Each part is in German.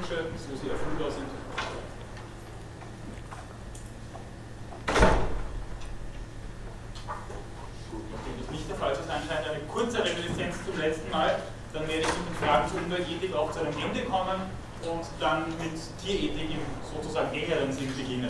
Wünsche, so sie erfüllbar sind. Gut, nachdem das nicht der Fall ist, anscheinend eine kurze Reminiszenz zum letzten Mal, dann werde ich mit den Fragen zur Umweltethik auch zu einem Ende kommen und dann mit Tierethik im sozusagen engeren Sinn beginnen.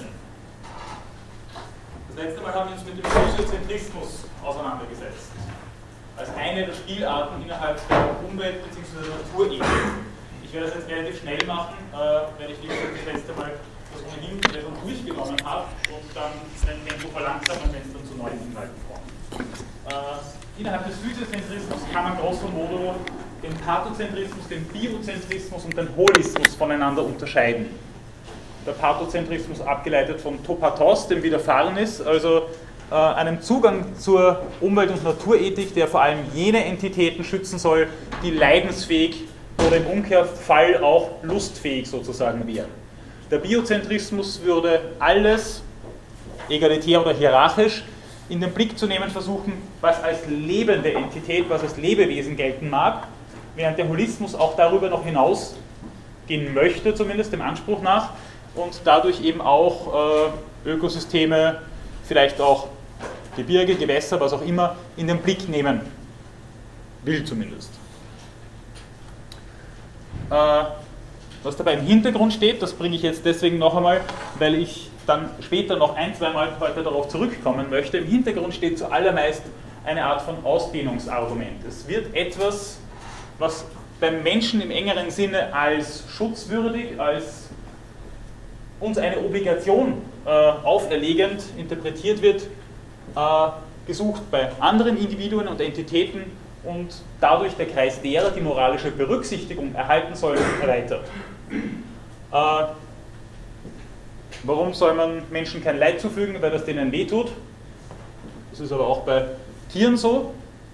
Das letzte Mal haben wir uns mit dem Physiozentrismus auseinandergesetzt. Als eine der Spielarten innerhalb der Umwelt- bzw. der Naturethik. Ich werde das jetzt relativ schnell machen, weil ich, wie gesagt, das letzte Mal das ohnehin schon durchgenommen habe und dann mein Tempo verlangsamen, wenn es dann zu neuen Inhalten kommt. Innerhalb des Physiozentrismus kann man grosso modo den Pathozentrismus, den Biozentrismus und den Holismus voneinander unterscheiden. Der Pathozentrismus abgeleitet von Topatos, dem widerfahren ist, also einem Zugang zur Umwelt- und Naturethik, der vor allem jene Entitäten schützen soll, die leidensfähig oder im Umkehrfall auch lustfähig sozusagen wären. Der Biozentrismus würde alles, egalitär oder hierarchisch, in den Blick zu nehmen versuchen, was als lebende Entität, was als Lebewesen gelten mag, während der Holismus auch darüber noch hinausgehen möchte, zumindest dem Anspruch nach, und dadurch eben auch Ökosysteme, vielleicht auch Gebirge, Gewässer, was auch immer, in den Blick nehmen will zumindest. Was dabei im Hintergrund steht, das bringe ich jetzt deswegen noch einmal, weil ich dann später noch ein-, zweimal heute darauf zurückkommen möchte. Im Hintergrund steht zuallermeist eine Art von Ausdehnungsargument. Es wird etwas, was beim Menschen im engeren Sinne als schutzwürdig, als uns eine Obligation auferlegend interpretiert wird, gesucht bei anderen Individuen und Entitäten und dadurch der Kreis derer, die moralische Berücksichtigung erhalten sollen, erweitert. Warum soll man Menschen kein Leid zufügen, weil das denen wehtut? Das ist aber auch bei Tieren so.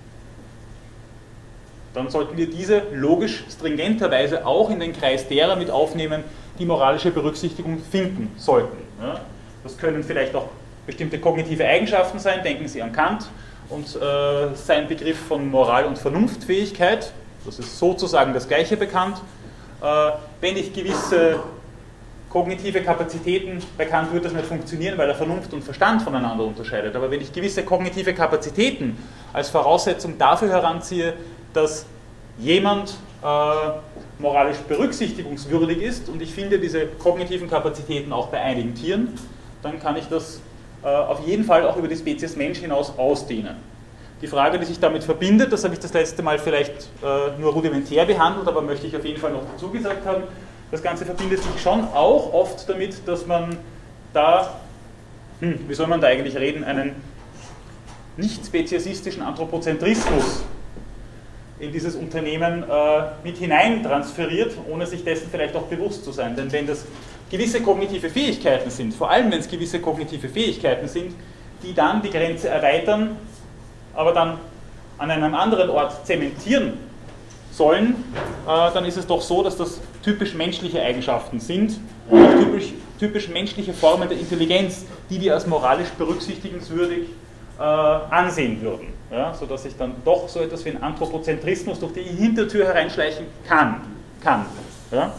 Dann sollten wir diese logisch stringenterweise auch in den Kreis derer mit aufnehmen, die moralische Berücksichtigung finden sollten. Ja? Das können vielleicht auch bestimmte kognitive Eigenschaften sein, denken Sie an Kant und sein Begriff von Moral- und Vernunftfähigkeit, das ist sozusagen das Gleiche bekannt. Wenn ich gewisse kognitive Kapazitäten, bei Kant würde das nicht funktionieren, weil er Vernunft und Verstand voneinander unterscheidet, aber wenn ich gewisse kognitive Kapazitäten als Voraussetzung dafür heranziehe, dass jemand moralisch berücksichtigungswürdig ist und ich finde diese kognitiven Kapazitäten auch bei einigen Tieren, dann kann ich das auf jeden Fall auch über die Spezies Mensch hinaus ausdehnen. Die Frage, die sich damit verbindet, das habe ich das letzte Mal vielleicht nur rudimentär behandelt, aber möchte ich auf jeden Fall noch dazu gesagt haben, das Ganze verbindet sich schon auch oft damit, dass man da, wie soll man da eigentlich reden, einen nicht speziesistischen Anthropozentrismus in dieses Unternehmen mit hinein transferiert, ohne sich dessen vielleicht auch bewusst zu sein. Denn wenn das gewisse kognitive Fähigkeiten sind, vor allem wenn es gewisse kognitive Fähigkeiten sind, die dann die Grenze erweitern, aber dann an einem anderen Ort zementieren sollen, dann ist es doch so, dass das typisch menschliche Eigenschaften sind und auch typisch menschliche Formen der Intelligenz, die wir als moralisch berücksichtigenswürdig ansehen würden, ja, sodass ich dann doch so etwas wie einen Anthropozentrismus durch die Hintertür hereinschleichen kann. Ja.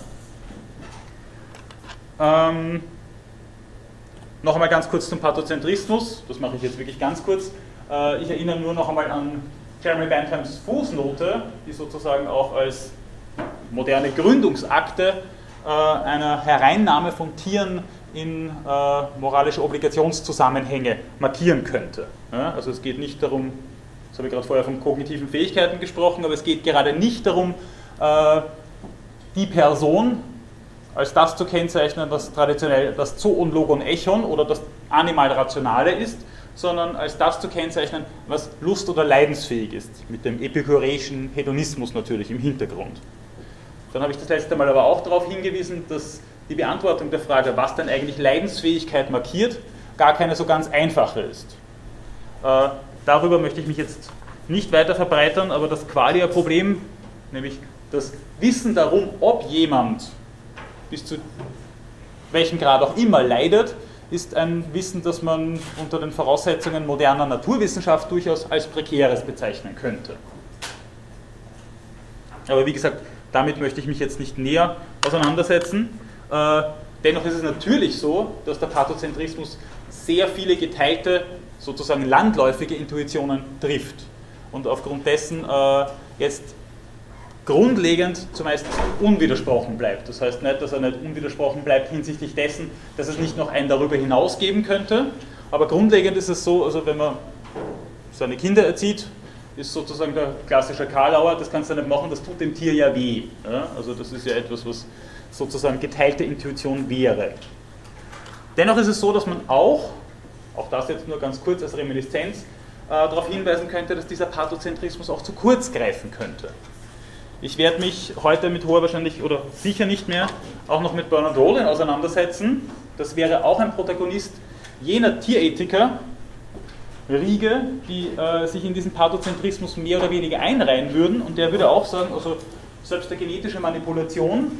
Noch einmal ganz kurz zum Pathozentrismus, das mache ich jetzt wirklich ganz kurz. Ich erinnere nur noch einmal an Jeremy Benthams Fußnote, die sozusagen auch als moderne Gründungsakte einer Hereinnahme von Tieren in moralische Obligationszusammenhänge markieren könnte. Ja, also es geht nicht darum, das habe ich gerade vorher von kognitiven Fähigkeiten gesprochen, aber es geht gerade nicht darum, die Person als das zu kennzeichnen, was traditionell das Zoon, Logon, Echon oder das Animal-Rationale ist, sondern als das zu kennzeichnen, was lust- oder leidensfähig ist, mit dem epikureischen Hedonismus natürlich im Hintergrund. Dann habe ich das letzte Mal aber auch darauf hingewiesen, dass die Beantwortung der Frage, was denn eigentlich Leidensfähigkeit markiert, gar keine so ganz einfache ist. Darüber möchte ich mich jetzt nicht weiter verbreitern, aber das Qualia-Problem, nämlich das Wissen darum, ob jemand bis zu welchem Grad auch immer leidet, ist ein Wissen, das man unter den Voraussetzungen moderner Naturwissenschaft durchaus als prekäres bezeichnen könnte. Aber wie gesagt, damit möchte ich mich jetzt nicht näher auseinandersetzen. Dennoch ist es natürlich so, dass der Pathozentrismus sehr viele geteilte, sozusagen landläufige Intuitionen trifft und aufgrund dessen jetzt grundlegend zumeist unwidersprochen bleibt. Das heißt nicht, dass er nicht unwidersprochen bleibt hinsichtlich dessen, dass es nicht noch einen darüber hinaus geben könnte, aber grundlegend ist es so, also wenn man seine Kinder erzieht, ist sozusagen der klassische Karlauer, das kannst du nicht machen, das tut dem Tier ja weh. Ja? Also das ist ja etwas, was sozusagen geteilte Intuition wäre. Dennoch ist es so, dass man auch das jetzt nur ganz kurz als Reminiszenz, darauf hinweisen könnte, dass dieser Pathozentrismus auch zu kurz greifen könnte. Ich werde mich heute mit hoher Wahrscheinlichkeit oder sicher nicht mehr auch noch mit Bernard Rollin auseinandersetzen. Das wäre auch ein Protagonist jener Tierethiker, Riege, die sich in diesen Pathozentrismus mehr oder weniger einreihen würden, und der würde auch sagen, also selbst der genetische Manipulation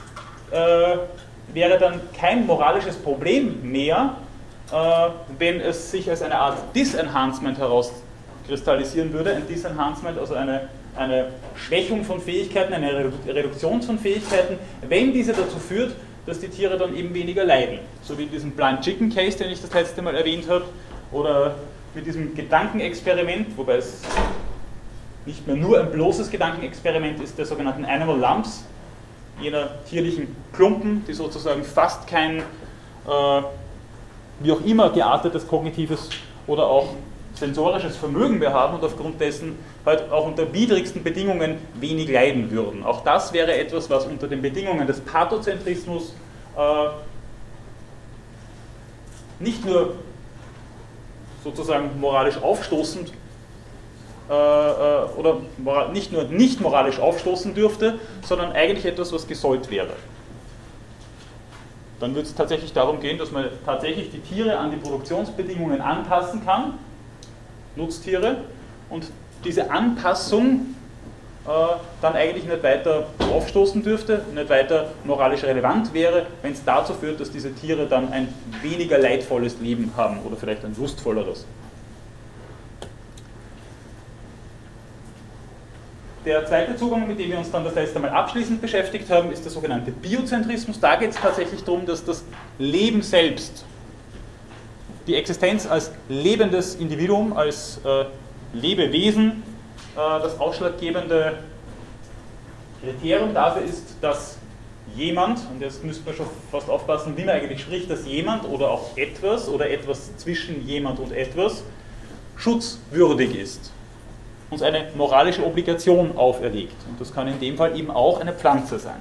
wäre dann kein moralisches Problem mehr, wenn es sich als eine Art Disenhancement herauskristallisieren würde. Ein Disenhancement, also eine Schwächung von Fähigkeiten, eine Reduktion von Fähigkeiten, wenn diese dazu führt, dass die Tiere dann eben weniger leiden. So wie in diesem Blind Chicken Case, den ich das letzte Mal erwähnt habe, oder mit diesem Gedankenexperiment, wobei es nicht mehr nur ein bloßes Gedankenexperiment ist, der sogenannten Animal Lumps, jener tierlichen Klumpen, die sozusagen fast kein, wie auch immer, geartetes kognitives oder auch sensorisches Vermögen mehr haben und aufgrund dessen halt auch unter widrigsten Bedingungen wenig leiden würden. Auch das wäre etwas, was unter den Bedingungen des Pathozentrismus nicht nur sozusagen moralisch aufstoßend oder nicht nur nicht moralisch aufstoßen dürfte, sondern eigentlich etwas, was gesollt wäre. Dann wird es tatsächlich darum gehen, dass man tatsächlich die Tiere an die Produktionsbedingungen anpassen kann, Nutztiere, und diese Anpassung dann eigentlich nicht weiter aufstoßen dürfte, nicht weiter moralisch relevant wäre, wenn es dazu führt, dass diese Tiere dann ein weniger leidvolles Leben haben oder vielleicht ein lustvolleres. Der zweite Zugang, mit dem wir uns dann das letzte Mal abschließend beschäftigt haben, ist der sogenannte Biozentrismus. Da geht es tatsächlich darum, dass das Leben selbst, die Existenz als lebendes Individuum, als Lebewesen, das ausschlaggebende Kriterium dafür ist, dass jemand, und jetzt müsste man schon fast aufpassen, wie man eigentlich spricht, dass jemand oder auch etwas oder etwas zwischen jemand und etwas schutzwürdig ist, uns eine moralische Obligation auferlegt. Und das kann in dem Fall eben auch eine Pflanze sein.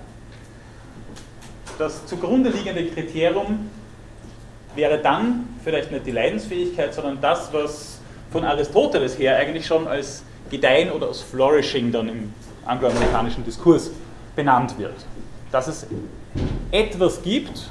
Das zugrunde liegende Kriterium wäre dann vielleicht nicht die Leidensfähigkeit, sondern das, was von Aristoteles her eigentlich schon als Gedeihen oder als Flourishing dann im angloamerikanischen Diskurs benannt wird. Dass es etwas gibt,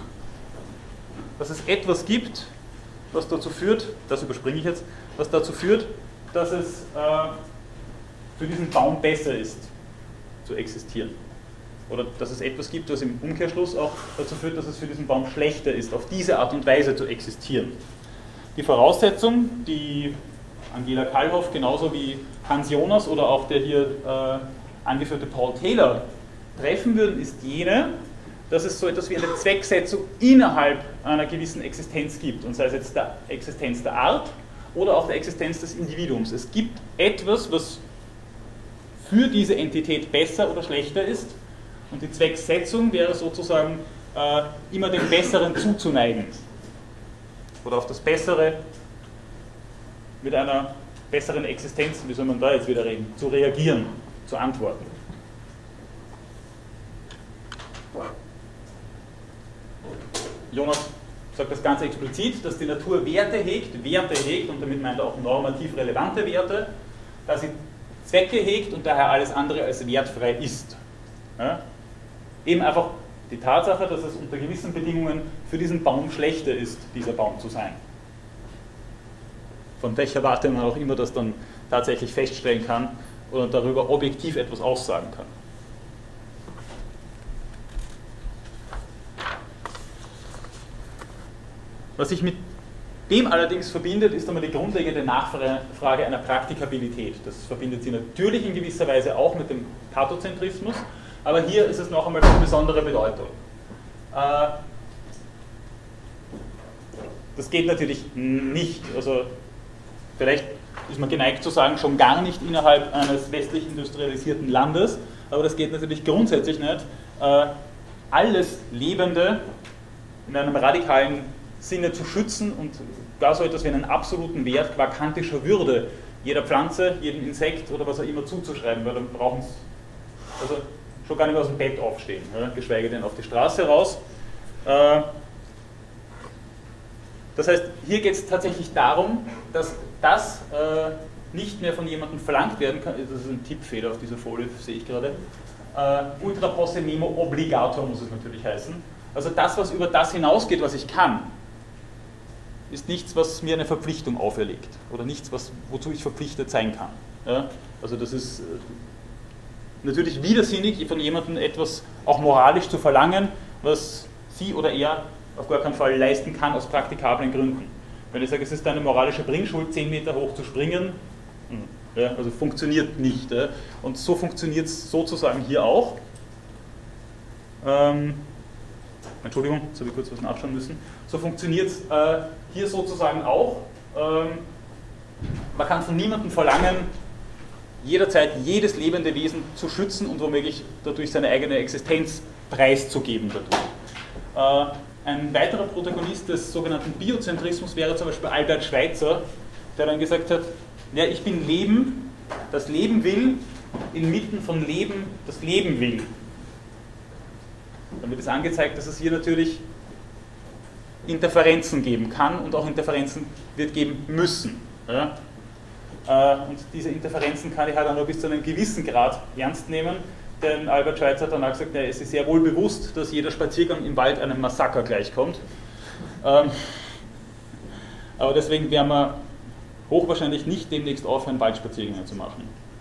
was dazu führt, das überspringe ich jetzt, was dazu führt, dass es für diesen Baum besser ist, zu existieren. Oder dass es etwas gibt, was im Umkehrschluss auch dazu führt, dass es für diesen Baum schlechter ist, auf diese Art und Weise zu existieren. Die Voraussetzung, die Angela Kallhoff genauso wie Hans Jonas oder auch der hier angeführte Paul Taylor treffen würden, ist jene, dass es so etwas wie eine Zwecksetzung innerhalb einer gewissen Existenz gibt, und sei es jetzt der Existenz der Art oder auch der Existenz des Individuums. Es gibt etwas, was für diese Entität besser oder schlechter ist, und die Zwecksetzung wäre sozusagen immer dem Besseren zuzuneigen oder auf das Bessere mit einer besseren Existenz, wie soll man da jetzt wieder reden, zu reagieren, zu antworten. Jonas sagt das ganz explizit, dass die Natur Werte hegt, und damit meint er auch normativ relevante Werte, dass sie Zwecke hegt und daher alles andere als wertfrei ist. Ja? Eben einfach die Tatsache, dass es unter gewissen Bedingungen für diesen Baum schlechter ist, dieser Baum zu sein. Von welcher Warte man auch immer das dann tatsächlich feststellen kann oder darüber objektiv etwas aussagen kann. Was sich mit dem allerdings verbindet, ist einmal die grundlegende Nachfrage einer Praktikabilität. Das verbindet sie natürlich in gewisser Weise auch mit dem Pathozentrismus. aber hier ist es noch einmal von besonderer Bedeutung. Das geht natürlich nicht, also vielleicht ist man geneigt zu sagen, schon gar nicht innerhalb eines westlich industrialisierten Landes, aber das geht natürlich grundsätzlich nicht. Alles Lebende in einem radikalen Sinne zu schützen und gar so etwas wie einen absoluten Wert qua kantischer Würde jeder Pflanze, jedem Insekt oder was auch immer zuzuschreiben, weil dann brauchen sie also schon gar nicht mehr aus dem Bett aufstehen, ja, geschweige denn auf die Straße raus. Das heißt, hier geht es tatsächlich darum, dass das nicht mehr von jemandem verlangt werden kann, das ist ein Tippfehler auf dieser Folie, sehe ich gerade, ultra posse nemo obligator muss es natürlich heißen. Also das, was über das hinausgeht, was ich kann, ist nichts, was mir eine Verpflichtung auferlegt oder nichts, wozu ich verpflichtet sein kann. Ja? Also das ist natürlich widersinnig, von jemandem etwas auch moralisch zu verlangen, was sie oder er auf gar keinen Fall leisten kann aus praktikablen Gründen. Wenn ich sage, es ist eine moralische Bringschuld, 10 Meter hoch zu springen, ja, also funktioniert nicht. Ja? Und so funktioniert es sozusagen hier auch. Entschuldigung, jetzt habe ich kurz was nachschauen müssen. So funktioniert es hier sozusagen auch. Man kann von niemandem verlangen, jederzeit jedes lebende Wesen zu schützen und womöglich dadurch seine eigene Existenz preiszugeben dadurch. Ein weiterer Protagonist des sogenannten Biozentrismus wäre zum Beispiel Albert Schweitzer, der dann gesagt hat, ja, ich bin Leben, das Leben will, inmitten von Leben, das Leben will. Dann wird es angezeigt, dass es hier natürlich Interferenzen geben kann und auch Interferenzen wird geben müssen. Ja? Und diese Interferenzen kann ich halt auch nur bis zu einem gewissen Grad ernst nehmen, denn Albert Schweitzer hat danach gesagt, ja, es ist sehr wohl bewusst, dass jeder Spaziergang im Wald einem Massaker gleichkommt. Aber deswegen werden wir hochwahrscheinlich nicht demnächst aufhören, Waldspaziergänge zu machen.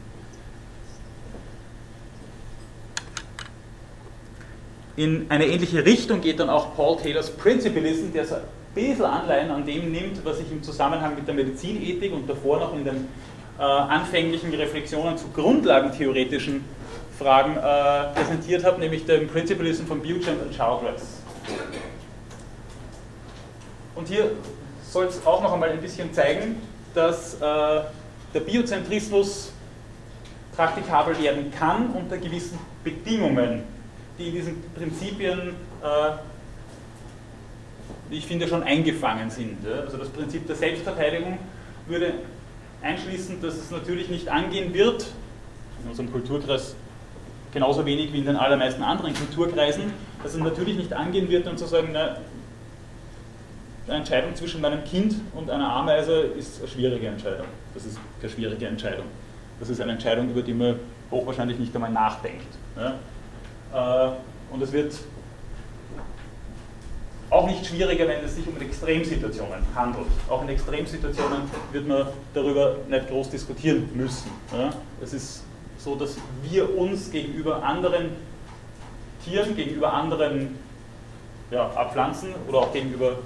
In eine ähnliche Richtung geht dann auch Paul Taylors Principalism, der so ein bisschen Anleihen an dem nimmt, was ich im Zusammenhang mit der Medizinethik und davor noch in den anfänglichen Reflexionen zu grundlagentheoretischen Fragen präsentiert habe, nämlich dem Principalism von Beauchamp und Childress. Und hier soll es auch noch einmal ein bisschen zeigen, dass der Biozentrismus praktikabel werden kann unter gewissen Bedingungen, die in diesen Prinzipien, wie ich finde, schon eingefangen sind. Also das Prinzip der Selbstverteidigung würde einschließen, dass es natürlich nicht angehen wird, in unserem Kulturkreis genauso wenig wie in den allermeisten anderen Kulturkreisen, dass es natürlich nicht angehen wird, dann zu sagen, na, eine Entscheidung zwischen meinem Kind und einer Ameise ist eine schwierige Entscheidung. Das ist keine schwierige Entscheidung. Das ist eine Entscheidung, über die man hochwahrscheinlich nicht einmal nachdenkt. Ja? Und es wird auch nicht schwieriger, wenn es sich um Extremsituationen handelt. Auch in Extremsituationen wird man darüber nicht groß diskutieren müssen. Ja? Es ist so, dass wir uns gegenüber anderen Tieren, gegenüber anderen Pflanzen oder auch gegenüber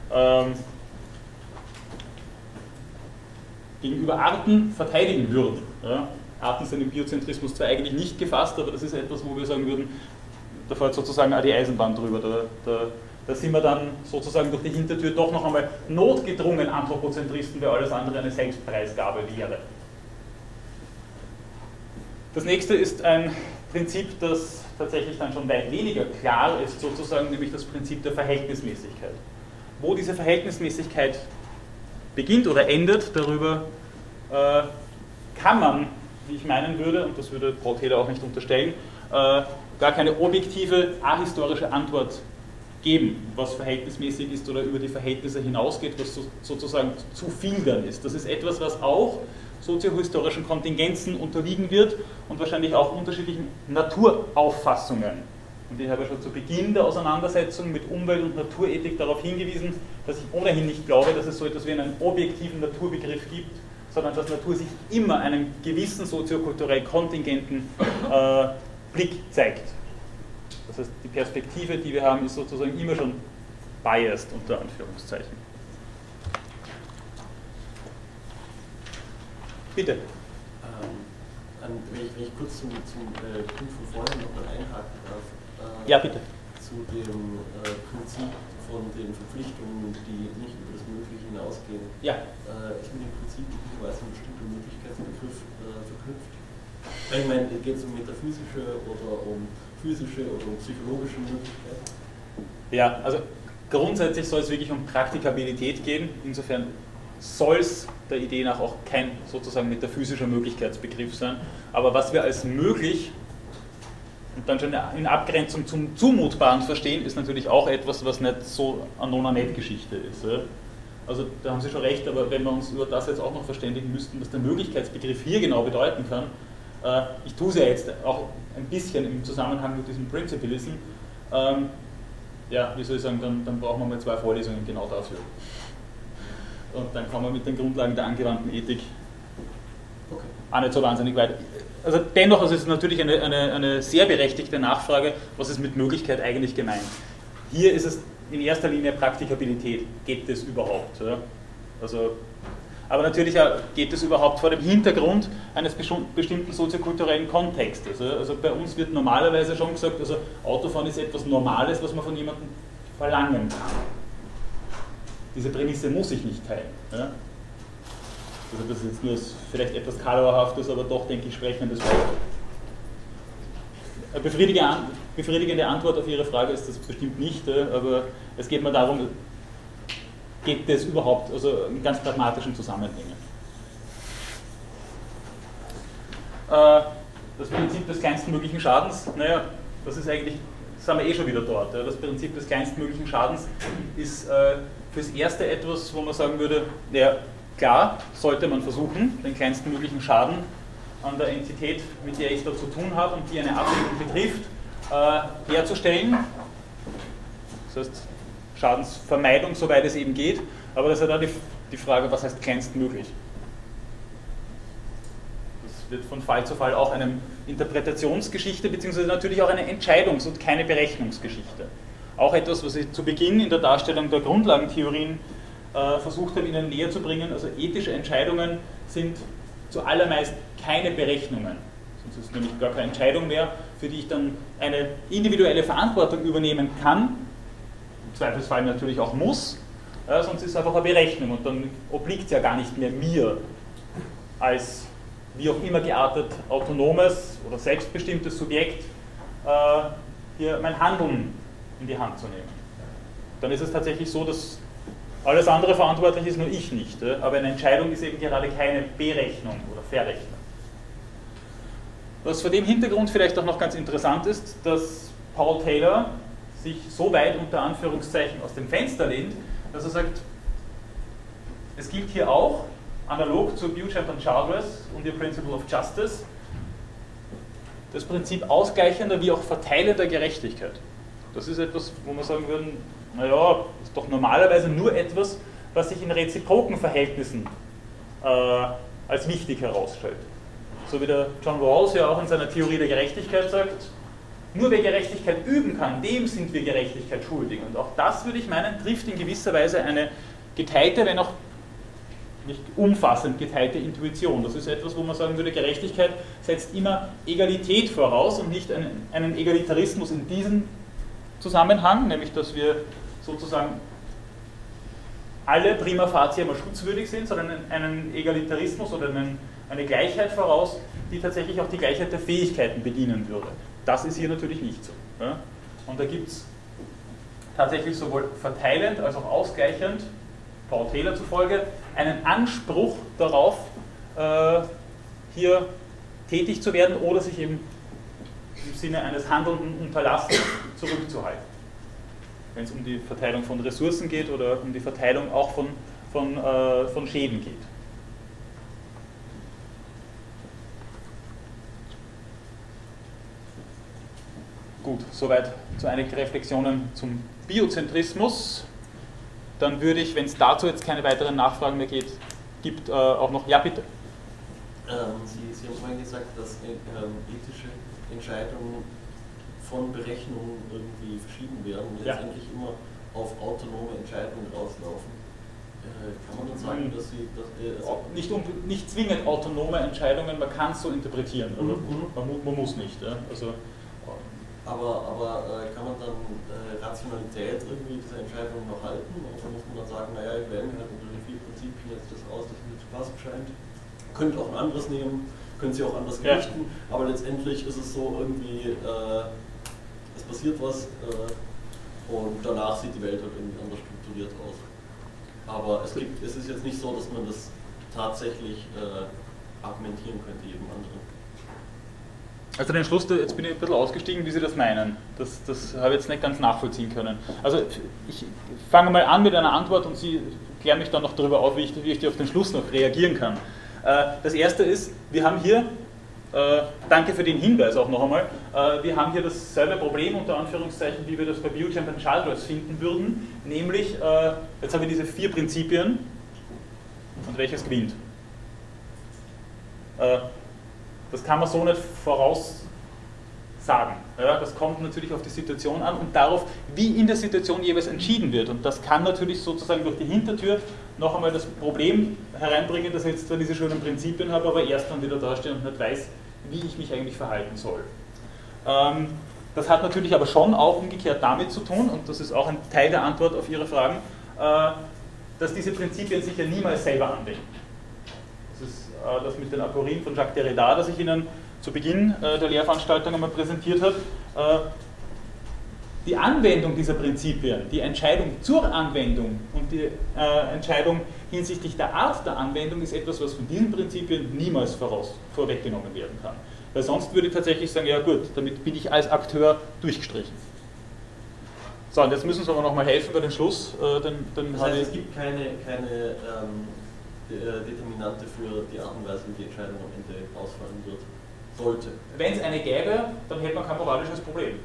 Arten verteidigen würden. Ja? Arten sind im Biozentrismus zwar eigentlich nicht gefasst, aber das ist etwas, wo wir sagen würden, da fährt sozusagen auch die Eisenbahn drüber. Da sind wir dann sozusagen durch die Hintertür doch noch einmal notgedrungen Anthropozentristen, weil alles andere eine Selbstpreisgabe wäre. Das nächste ist ein Prinzip, das tatsächlich dann schon weit weniger klar ist, sozusagen, nämlich das Prinzip der Verhältnismäßigkeit. Wo diese Verhältnismäßigkeit beginnt oder endet, darüber kann man, wie ich meinen würde, und das würde Paul Taylor auch nicht unterstellen, gar keine objektive, ahistorische Antwort geben, was verhältnismäßig ist oder über die Verhältnisse hinausgeht, was sozusagen zu viel dann ist. Das ist etwas, was auch soziohistorischen Kontingenzen unterliegen wird und wahrscheinlich auch unterschiedlichen Naturauffassungen. Und ich habe ja schon zu Beginn der Auseinandersetzung mit Umwelt- und Naturethik darauf hingewiesen, dass ich ohnehin nicht glaube, dass es so etwas wie einen objektiven Naturbegriff gibt, sondern dass Natur sich immer einem gewissen soziokulturell kontingenten Blick zeigt. Das heißt, die Perspektive, die wir haben, ist sozusagen immer schon biased, unter Anführungszeichen. Bitte. An Wenn ich kurz zum Punkt von vorhin nochmal einhaken darf. Ja, bitte. Zu dem Prinzip von den Verpflichtungen, die nicht über das Mögliche hinausgehen. Ja. Ist mit dem Prinzip möglicherweise ein bestimmter Möglichkeitsbegriff verknüpft? Ich meine, geht es um metaphysische oder um physische oder um psychologische Möglichkeiten? Ja, also grundsätzlich soll es wirklich um Praktikabilität gehen. Insofern soll es der Idee nach auch kein sozusagen metaphysischer Möglichkeitsbegriff sein. Aber was wir als möglich und dann schon in Abgrenzung zum Zumutbaren verstehen, ist natürlich auch etwas, was nicht so eine Nona-Net-Geschichte ist. Also da haben Sie schon recht, aber wenn wir uns über das jetzt auch noch verständigen müssten, was der Möglichkeitsbegriff hier genau bedeuten kann, ich tue es ja jetzt auch ein bisschen im Zusammenhang mit diesem Principalism, ja, wie soll ich sagen, dann brauchen wir mal 2 Vorlesungen genau dafür. Und dann kommen wir mit den Grundlagen der angewandten Ethik auch nicht so wahnsinnig weit. Also dennoch ist es natürlich eine sehr berechtigte Nachfrage, was ist mit Möglichkeit eigentlich gemeint. Hier ist es in erster Linie Praktikabilität. Geht das überhaupt? Ja? Also, aber natürlich geht es überhaupt vor dem Hintergrund eines bestimmten soziokulturellen Kontextes. Also bei uns wird normalerweise schon gesagt, also Autofahren ist etwas Normales, was man von jemandem verlangen kann. Diese Prämisse muss ich nicht teilen. Ja? Also das ist jetzt nur vielleicht etwas Kalauerhaftes, aber doch, denke ich, sprechendes Wort. Eine befriedigende Antwort auf Ihre Frage ist das bestimmt nicht, aber es geht mir darum, geht das überhaupt, also in ganz pragmatischen Zusammenhängen. Das Prinzip des kleinstmöglichen Schadens, naja, das ist eigentlich, sind wir eh schon wieder dort. Das Prinzip des kleinstmöglichen Schadens ist fürs Erste etwas, wo man sagen würde, naja, klar, sollte man versuchen, den kleinsten möglichen Schaden an der Entität, mit der ich da zu tun habe und die eine Abwägung betrifft, herzustellen. Das heißt, Schadensvermeidung, soweit es eben geht. Aber das ist ja dann die Frage, was heißt kleinstmöglich? Das wird von Fall zu Fall auch eine Interpretationsgeschichte, beziehungsweise natürlich auch eine Entscheidungs- und keine Berechnungsgeschichte. Auch etwas, was ich zu Beginn in der Darstellung der Grundlagentheorien versucht habe, Ihnen näher zu bringen. Also ethische Entscheidungen sind zuallermeist keine Berechnungen. Sonst ist es nämlich gar keine Entscheidung mehr, für die ich dann eine individuelle Verantwortung übernehmen kann, im Zweifelsfall natürlich auch muss, sonst ist es einfach eine Berechnung und dann obliegt es ja gar nicht mehr mir als wie auch immer geartet autonomes oder selbstbestimmtes Subjekt hier mein Handeln in die Hand zu nehmen. Dann ist es tatsächlich so, dass alles andere verantwortlich ist, nur ich nicht. Aber eine Entscheidung ist eben gerade keine Berechnung oder Verrechnung. Was vor dem Hintergrund vielleicht auch noch ganz interessant ist, dass Paul Taylor sich so weit unter Anführungszeichen aus dem Fenster lehnt, dass er sagt, es gilt hier auch, analog zu Beauchamp und Childress und ihr Principle of Justice, das Prinzip ausgleichender wie auch verteilender Gerechtigkeit. Das ist etwas, wo wir sagen würden, naja, ist doch normalerweise nur etwas, was sich in reziproken Verhältnissen als wichtig herausstellt. So wie der John Rawls ja auch in seiner Theorie der Gerechtigkeit sagt, nur wer Gerechtigkeit üben kann, dem sind wir Gerechtigkeit schuldig. Und auch das, würde ich meinen, trifft in gewisser Weise eine geteilte, wenn auch nicht umfassend geteilte Intuition. Das ist etwas, wo man sagen würde, Gerechtigkeit setzt immer Egalität voraus und nicht einen Egalitarismus in diesem Zusammenhang, nämlich dass wir sozusagen alle prima facie immer schutzwürdig sind, sondern einen Egalitarismus oder eine Gleichheit voraus, die tatsächlich auch die Gleichheit der Fähigkeiten bedienen würde. Das ist hier natürlich nicht so. Ja? Und da gibt es tatsächlich sowohl verteilend als auch ausgleichend, Paul Taylor zufolge, einen Anspruch darauf, hier tätig zu werden oder sich eben im Sinne eines handelnden Unterlassens zurückzuhalten. Wenn es um die Verteilung von Ressourcen geht oder um die Verteilung auch von Schäden geht. Gut, soweit zu einigen Reflexionen zum Biozentrismus. Dann würde ich, wenn es dazu jetzt keine weiteren Nachfragen mehr gibt, auch noch, ja bitte. Sie haben vorhin gesagt, dass ethische Entscheidungen von Berechnungen irgendwie verschieden werden und letztendlich immer auf autonome Entscheidungen rauslaufen. Kann man dann sagen, dass sie... nicht zwingend autonome Entscheidungen, man kann es so interpretieren, aber man muss nicht. Ja? Also, aber kann man dann Rationalität irgendwie dieser Entscheidung noch halten? Oder muss man dann sagen, naja, ich wähle halt unter den 4 Prinzipien jetzt das aus, das mir zu passen scheint? Könnt auch ein anderes nehmen, können Sie auch anders gewichten, aber letztendlich ist es so irgendwie, es passiert was und danach sieht die Welt halt irgendwie anders strukturiert aus. Aber es ist jetzt nicht so, dass man das tatsächlich argumentieren könnte jedem anderen. Also den Schluss, jetzt bin ich ein bisschen ausgestiegen, wie Sie das meinen. Das habe ich jetzt nicht ganz nachvollziehen können. Also ich fange mal an mit einer Antwort und Sie klären mich dann noch darüber auf, wie ich auf den Schluss noch reagieren kann. Das erste ist, wir haben hier, danke für den Hinweis auch noch einmal, wir haben hier dasselbe Problem, unter Anführungszeichen, wie wir das bei Beauchamp und Childress finden würden, nämlich, jetzt haben wir diese 4 Prinzipien und welches gewinnt? Das kann man so nicht voraussagen. Ja, das kommt natürlich auf die Situation an und darauf, wie in der Situation jeweils entschieden wird. Und das kann natürlich sozusagen durch die Hintertür noch einmal das Problem hereinbringen, dass ich jetzt zwar diese schönen Prinzipien habe, aber erst dann wieder dastehe und nicht weiß, wie ich mich eigentlich verhalten soll. Das hat natürlich aber schon auch umgekehrt damit zu tun, und das ist auch ein Teil der Antwort auf Ihre Fragen, dass diese Prinzipien sich ja niemals selber anwenden. Das ist das mit den Aporien von Jacques Derrida, das ich Ihnen zu Beginn der Lehrveranstaltung einmal präsentiert habe. Die Anwendung dieser Prinzipien, die Entscheidung zur Anwendung und die Entscheidung hinsichtlich der Art der Anwendung ist etwas, was von diesen Prinzipien niemals vorweggenommen werden kann. Weil sonst würde ich tatsächlich sagen, ja gut, damit bin ich als Akteur durchgestrichen. So, und jetzt müssen Sie aber noch mal helfen bei dem Schluss. Das heißt, es gibt keine Determinante für die Art und Weise, wie die Entscheidung am Ende ausfallen wird, sollte. Wenn es eine gäbe, dann hätte man kein moralisches Problem.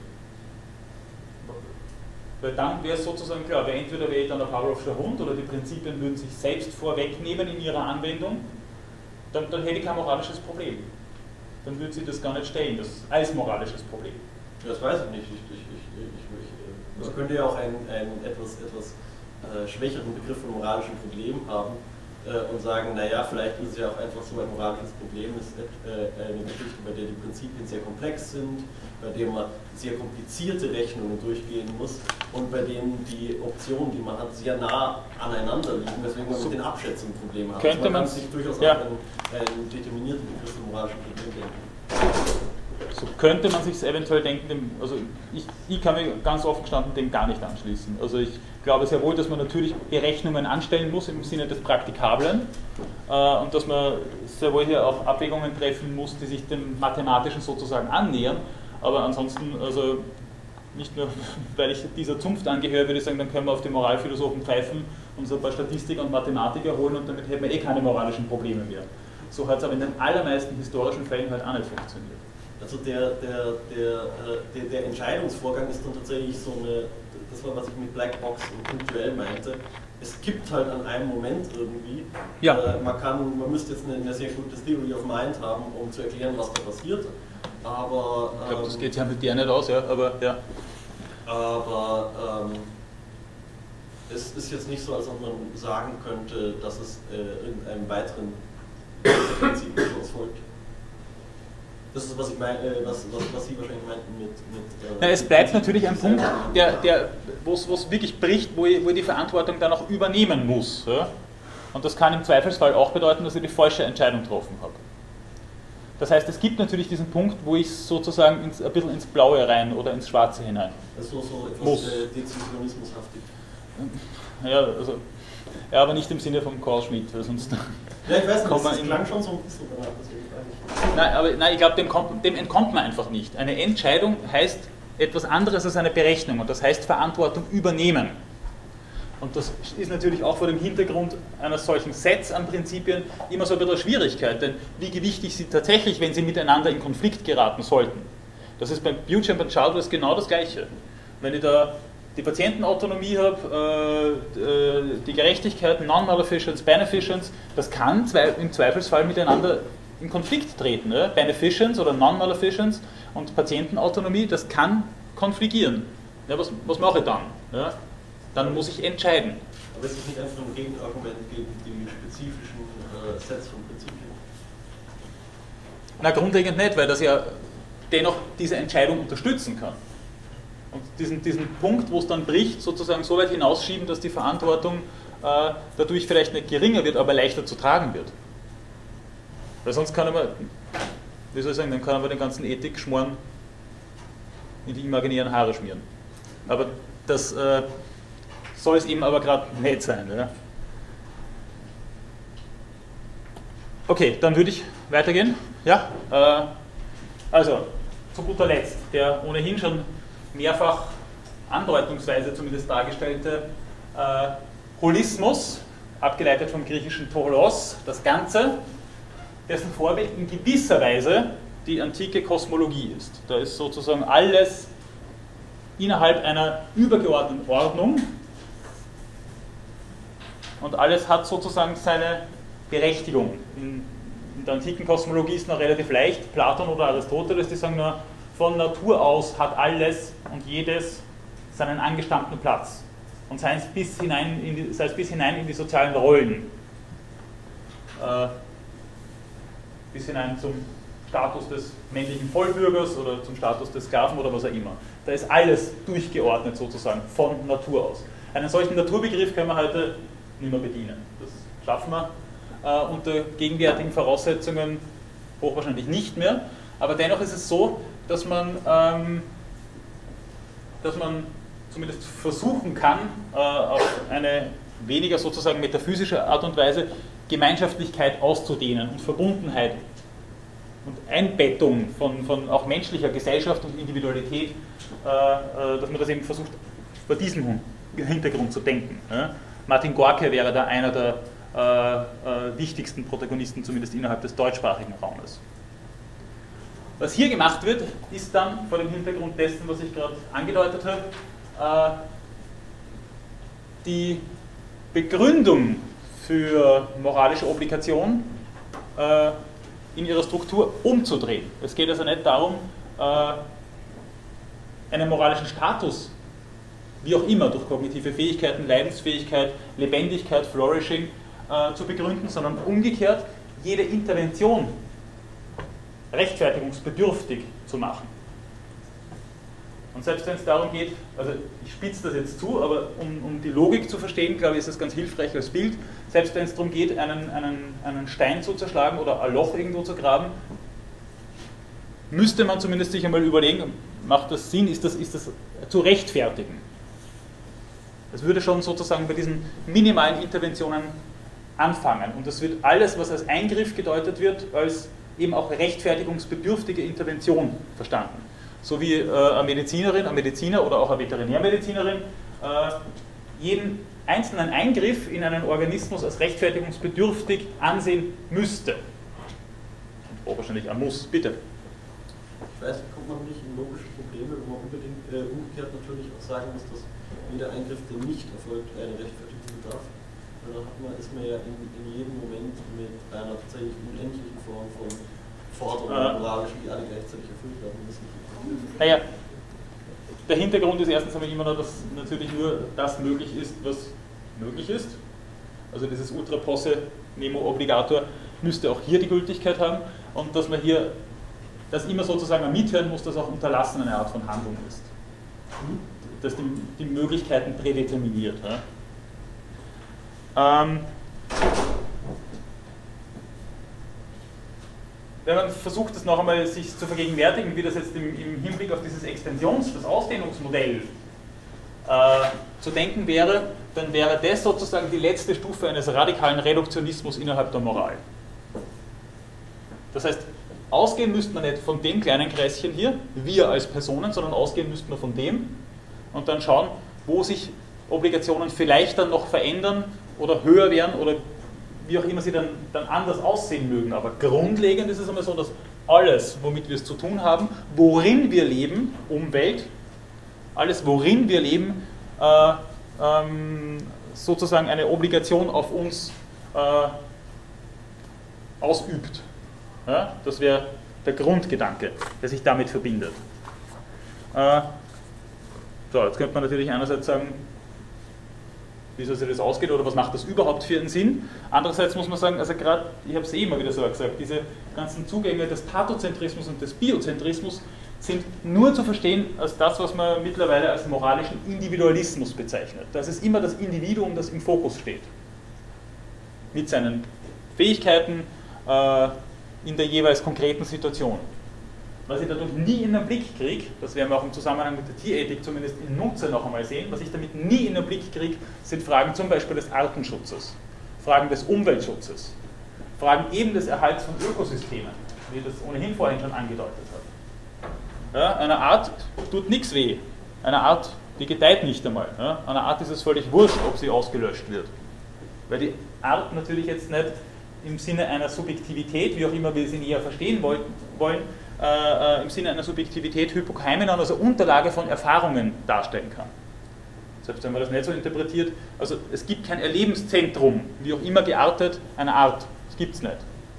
Weil dann wäre es sozusagen klar, weil entweder wäre ich dann ein Pavlovscher Hund oder die Prinzipien würden sich selbst vorwegnehmen in ihrer Anwendung, dann hätte ich kein moralisches Problem. Dann würde sie das gar nicht stellen, das als moralisches Problem. Das weiß ich nicht. Man könnte ja auch einen etwas schwächeren Begriff von moralischem Problem haben und sagen, naja, vielleicht ist es ja auch einfach so ein moralisches Problem, ist eine Geschichte, bei der die Prinzipien sehr komplex sind, bei der man sehr komplizierte Rechnungen durchgehen muss und bei denen die Optionen, die man hat, sehr nah aneinander liegen, weswegen man mit den Abschätzungen Probleme hat. Also man kann sich durchaus auch einen determinierten Begriff von moralischem Problem denken. So könnte man sich es eventuell denken, also ich kann mir ganz offen gestanden dem gar nicht anschließen. Also ich glaube sehr wohl, dass man natürlich Berechnungen anstellen muss im Sinne des Praktikablen und dass man sehr wohl hier auch Abwägungen treffen muss, die sich dem Mathematischen sozusagen annähern. Aber ansonsten, also nicht nur, weil ich dieser Zunft angehöre, würde ich sagen, dann können wir auf die Moralphilosophen pfeifen, uns ein paar Statistiker und Mathematiker holen und damit hätten wir eh keine moralischen Probleme mehr. So hat es aber in den allermeisten historischen Fällen halt auch nicht funktioniert. Also der Entscheidungsvorgang ist dann tatsächlich so das war, was ich mit Blackbox und punktuell meinte. Es gibt halt an einem Moment irgendwie, man müsste jetzt eine sehr gute Theory of Mind haben, um zu erklären, was da passiert. Aber ich glaube, das geht ja mit dir nicht aus, ja, aber ja. Aber es ist jetzt nicht so, als ob man sagen könnte, dass es irgendeinem weiteren Prinzip folgt. Das ist, was ich meine, was Sie wahrscheinlich meinten mit es bleibt natürlich ein Punkt, wo es wirklich bricht, wo ich die Verantwortung dann auch übernehmen muss. Ja? Und das kann im Zweifelsfall auch bedeuten, dass ich die falsche Entscheidung getroffen habe. Das heißt, es gibt natürlich diesen Punkt, wo ich sozusagen ein bisschen ins Blaue rein oder ins Schwarze hinein so etwas Dezisionismushaftig. Ja, aber nicht im Sinne von Carl Schmitt, weil sonst... Ja, ich weiß nicht, das klang schon so ein bisschen danach, Nein, ich glaube, dem entkommt man einfach nicht. Eine Entscheidung heißt etwas anderes als eine Berechnung und das heißt Verantwortung übernehmen. Und das ist natürlich auch vor dem Hintergrund eines solchen Sets an Prinzipien immer so ein bisschen eine Schwierigkeit, denn wie gewichtig sie tatsächlich, wenn sie miteinander in Konflikt geraten sollten. Das ist beim Beauchamp und Childress genau das Gleiche. Wenn ich da die Patientenautonomie habe, die Gerechtigkeit, Non-Maleficence, Beneficence, das kann im Zweifelsfall miteinander in Konflikt treten. Ne? Beneficence oder Non-Maleficence und Patientenautonomie, das kann konfligieren. Ja, was mache ich dann? Ja? Dann muss ich entscheiden. Aber es ist nicht einfach ein Gegenargument gegen die spezifischen Sets von Prinzipien? Na, grundlegend nicht, weil das ja dennoch diese Entscheidung unterstützen kann. Und diesen Punkt, wo es dann bricht, sozusagen so weit hinausschieben, dass die Verantwortung dadurch vielleicht nicht geringer wird, aber leichter zu tragen wird. Weil sonst kann man, wie soll ich sagen, dann kann man den ganzen Ethik-Schmoren in die imaginären Haare schmieren. Aber das soll es eben aber gerade nicht sein. Ja? Okay, dann würde ich weitergehen. Ja? Also, zu guter Letzt, der ohnehin schon mehrfach andeutungsweise zumindest dargestellte Holismus, abgeleitet vom griechischen Tolos, das Ganze, dessen Vorbild in gewisser Weise die antike Kosmologie ist. Da ist sozusagen alles innerhalb einer übergeordneten Ordnung und alles hat sozusagen seine Berechtigung. In der antiken Kosmologie ist noch relativ leicht, Platon oder Aristoteles, die sagen nur, von Natur aus hat alles und jedes seinen angestammten Platz. Und sei es bis hinein in die sozialen Rollen. Bis hinein zum Status des männlichen Vollbürgers oder zum Status des Sklaven oder was auch immer. Da ist alles durchgeordnet sozusagen von Natur aus. Einen solchen Naturbegriff können wir heute nicht mehr bedienen. Das schaffen wir unter gegenwärtigen Voraussetzungen hochwahrscheinlich nicht mehr. Aber dennoch ist es so, dass man zumindest versuchen kann, auf eine weniger sozusagen metaphysische Art und Weise Gemeinschaftlichkeit auszudehnen und Verbundenheit und Einbettung von auch menschlicher Gesellschaft und Individualität, dass man das eben versucht, vor diesem Hintergrund zu denken. Martin Gorki wäre da einer der wichtigsten Protagonisten, zumindest innerhalb des deutschsprachigen Raumes. Was hier gemacht wird, ist dann vor dem Hintergrund dessen, was ich gerade angedeutet habe, die Begründung für moralische Obligation in ihrer Struktur umzudrehen. Es geht also nicht darum, einen moralischen Status, wie auch immer, durch kognitive Fähigkeiten, Leidensfähigkeit, Lebendigkeit, Flourishing zu begründen, sondern umgekehrt jede Intervention rechtfertigungsbedürftig zu machen. Und selbst wenn es darum geht, also ich spitze das jetzt zu, aber um die Logik zu verstehen, glaube ich, ist das ganz hilfreich als Bild, selbst wenn es darum geht, einen Stein zu zerschlagen oder ein Loch irgendwo zu graben, müsste man zumindest sich einmal überlegen, macht das Sinn, ist das zu rechtfertigen? Es würde schon sozusagen bei diesen minimalen Interventionen anfangen. Und das wird alles, was als Eingriff gedeutet wird, als eben auch rechtfertigungsbedürftige Intervention verstanden. So wie eine Medizinerin, ein Mediziner oder auch eine Veterinärmedizinerin jeden einzelnen Eingriff in einen Organismus als rechtfertigungsbedürftig ansehen müsste. Und wahrscheinlich ein Muss, bitte. Ich weiß, kommt man nicht in logische Probleme, wo man unbedingt umgekehrt natürlich auch sagen muss, dass jeder Eingriff, der nicht erfolgt, eine Rechtfertigung bedarf. Weil da ist man ja in jedem Moment mit einer tatsächlich unendlichen Form von Forderungen moralischen, die alle gleichzeitig erfüllt werden müssen. Naja, der Hintergrund ist erstens einmal immer noch, dass natürlich nur das möglich ist, was möglich ist. Also dieses Ultra posse nemo obligator müsste auch hier die Gültigkeit haben und dass man hier das immer sozusagen mithören muss, dass auch Unterlassen eine Art von Handlung ist. Dass die Möglichkeiten prädeterminiert. Ja? Wenn man versucht, das noch einmal sich zu vergegenwärtigen, wie das jetzt im Hinblick auf dieses das Ausdehnungsmodell zu denken wäre, dann wäre das sozusagen die letzte Stufe eines radikalen Reduktionismus innerhalb der Moral. Das heißt, ausgehen müsste man nicht von dem kleinen Kreischen hier, wir als Personen, sondern ausgehen müsste man von dem und dann schauen, wo sich Obligationen vielleicht dann noch verändern oder höher werden oder wie auch immer sie dann anders aussehen mögen. Aber grundlegend ist es einmal so, dass alles, womit wir es zu tun haben, worin wir leben, Umwelt, alles, worin wir leben, sozusagen eine Obligation auf uns ausübt. Ja? Das wäre der Grundgedanke, der sich damit verbindet. So, jetzt könnte man natürlich einerseits sagen, wie soll sich das ausgehen oder was macht das überhaupt für einen Sinn. Andererseits muss man sagen, also gerade, ich habe es eh immer wieder so gesagt, diese ganzen Zugänge des Pathozentrismus und des Biozentrismus sind nur zu verstehen als das, was man mittlerweile als moralischen Individualismus bezeichnet. Das ist immer das Individuum, das im Fokus steht. Mit seinen Fähigkeiten in der jeweils konkreten Situation. Was ich dadurch nie in den Blick kriege, das werden wir auch im Zusammenhang mit der Tierethik zumindest in Nutze noch einmal sehen, was ich damit nie in den Blick kriege, sind Fragen zum Beispiel des Artenschutzes, Fragen des Umweltschutzes, Fragen eben des Erhalts von Ökosystemen, wie ich das ohnehin vorhin schon angedeutet habe. Ja, einer Art tut nichts weh, einer Art, die gedeiht nicht einmal. Ja, einer Art ist es völlig wurscht, ob sie ausgelöscht wird. Weil die Art natürlich jetzt nicht im Sinne einer Subjektivität, wie auch immer wir sie näher verstehen wollen, im Sinne einer Subjektivität Hypokeimenon, also Unterlage von Erfahrungen darstellen kann. Selbst wenn man das nicht so interpretiert, also es gibt kein Erlebenszentrum, wie auch immer geartet, einer Art. Das gibt es nicht.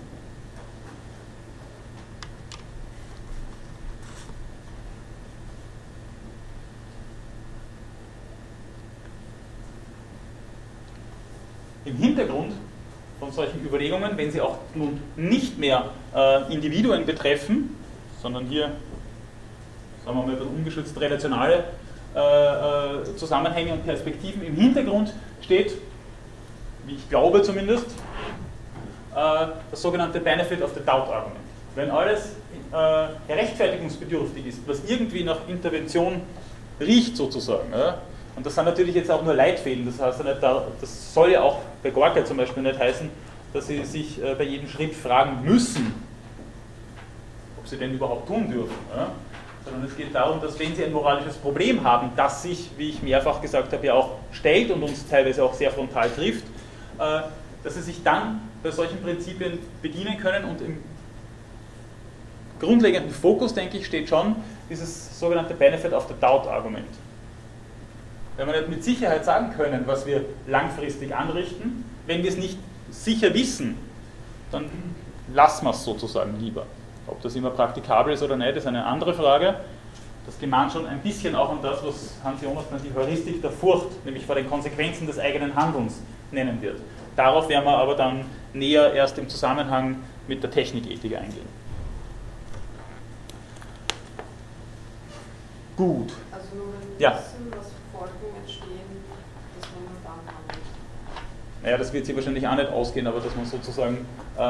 Im Hintergrund von solchen Überlegungen, wenn sie auch nun nicht mehr Individuen betreffen, sondern hier, sagen wir mal, ungeschützt relationale Zusammenhänge und Perspektiven, im Hintergrund steht, wie ich glaube zumindest, das sogenannte Benefit of the Doubt Argument. Wenn alles rechtfertigungsbedürftig ist, was irgendwie nach Intervention riecht sozusagen, und das sind natürlich jetzt auch nur Leitfäden, das heißt ja nicht, das soll ja auch bei Gorka zum Beispiel nicht heißen, dass Sie sich bei jedem Schritt fragen müssen, ob Sie denn überhaupt tun dürfen. Ja? Sondern es geht darum, dass wenn Sie ein moralisches Problem haben, das sich, wie ich mehrfach gesagt habe, ja auch stellt und uns teilweise auch sehr frontal trifft, dass Sie sich dann bei solchen Prinzipien bedienen können und im grundlegenden Fokus, denke ich, steht schon dieses sogenannte Benefit of the Doubt Argument. Wenn wir nicht mit Sicherheit sagen können, was wir langfristig anrichten, wenn wir es nicht sicher wissen, dann lassen wir es sozusagen lieber. Ob das immer praktikabel ist oder nicht, ist eine andere Frage. Das gemahnt schon ein bisschen auch an das, was Hans Jonas dann die Heuristik der Furcht, nämlich vor den Konsequenzen des eigenen Handelns, nennen wird. Darauf werden wir aber dann näher erst im Zusammenhang mit der Technikethik eingehen. Gut. Also nur wenn ja. wir wissen, was Folgen entstehen, dass man dann handelt. Naja, das wird sich wahrscheinlich auch nicht ausgehen, aber dass man sozusagen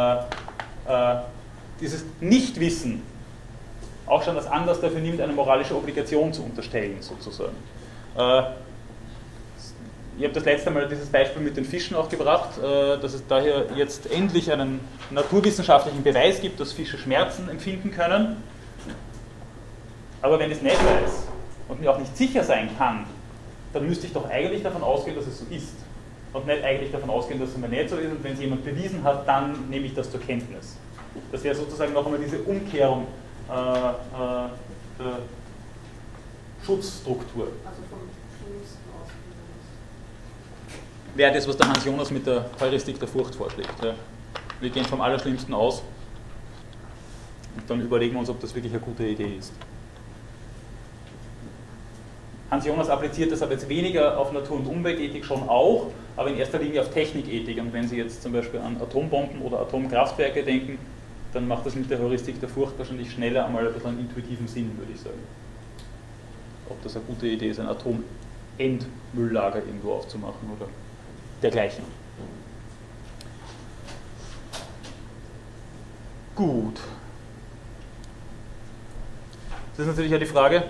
dieses Nichtwissen auch schon als Anlass dafür nimmt, eine moralische Obligation zu unterstellen, sozusagen. Ich habe das letzte Mal dieses Beispiel mit den Fischen auch gebracht, dass es daher jetzt endlich einen naturwissenschaftlichen Beweis gibt, dass Fische Schmerzen empfinden können. Aber wenn ich es nicht weiß und mir auch nicht sicher sein kann, dann müsste ich doch eigentlich davon ausgehen, dass es so ist. Und nicht eigentlich davon ausgehen, dass es mir nicht so ist. Und wenn es jemand bewiesen hat, dann nehme ich das zur Kenntnis. Das wäre sozusagen noch einmal diese Umkehrung der Schutzstruktur. Also vom Schlimmsten ausgehen. Wäre das, was der Hans Jonas mit der Heuristik der Furcht vorschlägt. Ja. Wir gehen vom Allerschlimmsten aus und dann überlegen wir uns, ob das wirklich eine gute Idee ist. Hans Jonas appliziert das aber jetzt weniger auf Natur- und Umweltethik schon auch, aber in erster Linie auf Technikethik. Und wenn Sie jetzt zum Beispiel an Atombomben oder Atomkraftwerke denken, dann macht das mit der Heuristik der Furcht wahrscheinlich schneller einmal ein bisschen einen intuitiven Sinn, würde ich sagen. Ob das eine gute Idee ist, ein Atomendmülllager irgendwo aufzumachen oder dergleichen. Gut. Das ist natürlich ja die Frage,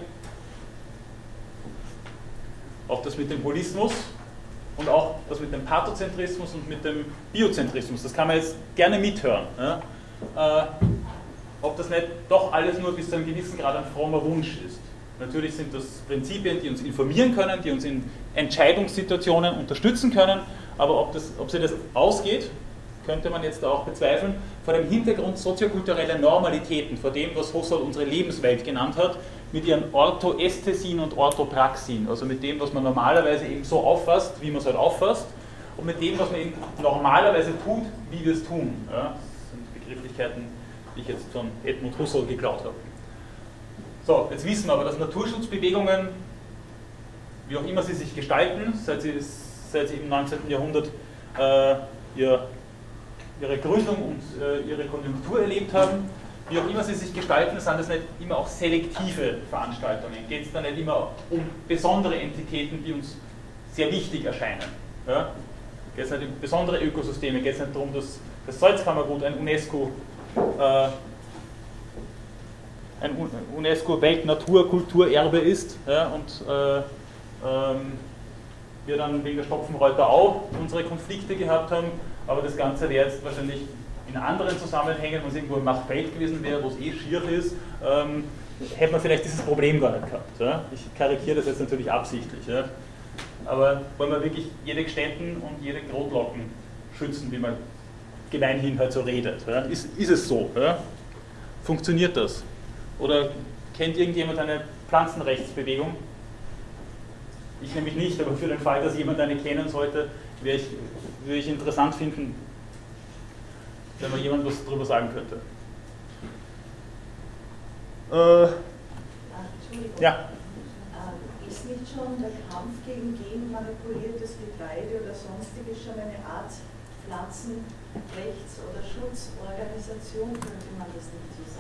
auch das mit dem Holismus und auch das mit dem Pathozentrismus und mit dem Biozentrismus. Das kann man jetzt gerne mithören. Ja? Ob das nicht doch alles nur bis zu einem gewissen Grad ein frommer Wunsch ist. Natürlich sind das Prinzipien, die uns informieren können, die uns in Entscheidungssituationen unterstützen können, aber ob sie das ausgeht, könnte man jetzt auch bezweifeln, vor dem Hintergrund soziokultureller Normalitäten, vor dem, was Husserl unsere Lebenswelt genannt hat, mit ihren Orthoästhesien und Orthopraxien, also mit dem, was man normalerweise eben so auffasst, wie man es halt auffasst, und mit dem, was man eben normalerweise tut, wie wir es tun. Ja, das sind Begrifflichkeiten, die ich jetzt von Edmund Husserl geklaut habe. So, jetzt wissen wir aber, dass Naturschutzbewegungen, wie auch immer sie sich gestalten, seit sie seit sie im 19. Jahrhundert ihre Gründung und ihre Konjunktur erlebt haben. Wie auch immer sie sich gestalten, sind das nicht immer auch selektive Veranstaltungen. Geht es da nicht immer um besondere Entitäten, die uns sehr wichtig erscheinen. Ja? Geht es nicht um besondere Ökosysteme, geht es nicht darum, dass das Salzkammergut ein UNESCO Weltnaturkulturerbe ist, ja, und wir dann wegen der Stopfenreuther Au unsere Konflikte gehabt haben, aber das Ganze wäre jetzt wahrscheinlich in anderen Zusammenhängen, wenn es irgendwo im Machtfeld gewesen wäre, wo es eh schier ist, hätte man vielleicht dieses Problem gar nicht gehabt. Ja? Ich karikiere das jetzt natürlich absichtlich. Ja? Aber wollen wir wirklich jede Gstetten und jede Grotlocken schützen, wie man gemeinhin halt so redet? Ja? Ist es so? Ja? Funktioniert das? Oder kennt irgendjemand eine Pflanzenrechtsbewegung? Ich nämlich nicht, aber für den Fall, dass jemand eine kennen sollte, würde ich interessant finden, wenn mal jemand was darüber sagen könnte. Entschuldigung. Ja. Ist nicht schon der Kampf gegen genmanipuliertes Getreide oder sonstiges schon eine Art Pflanzenrechts- oder Schutzorganisation, könnte man das nicht so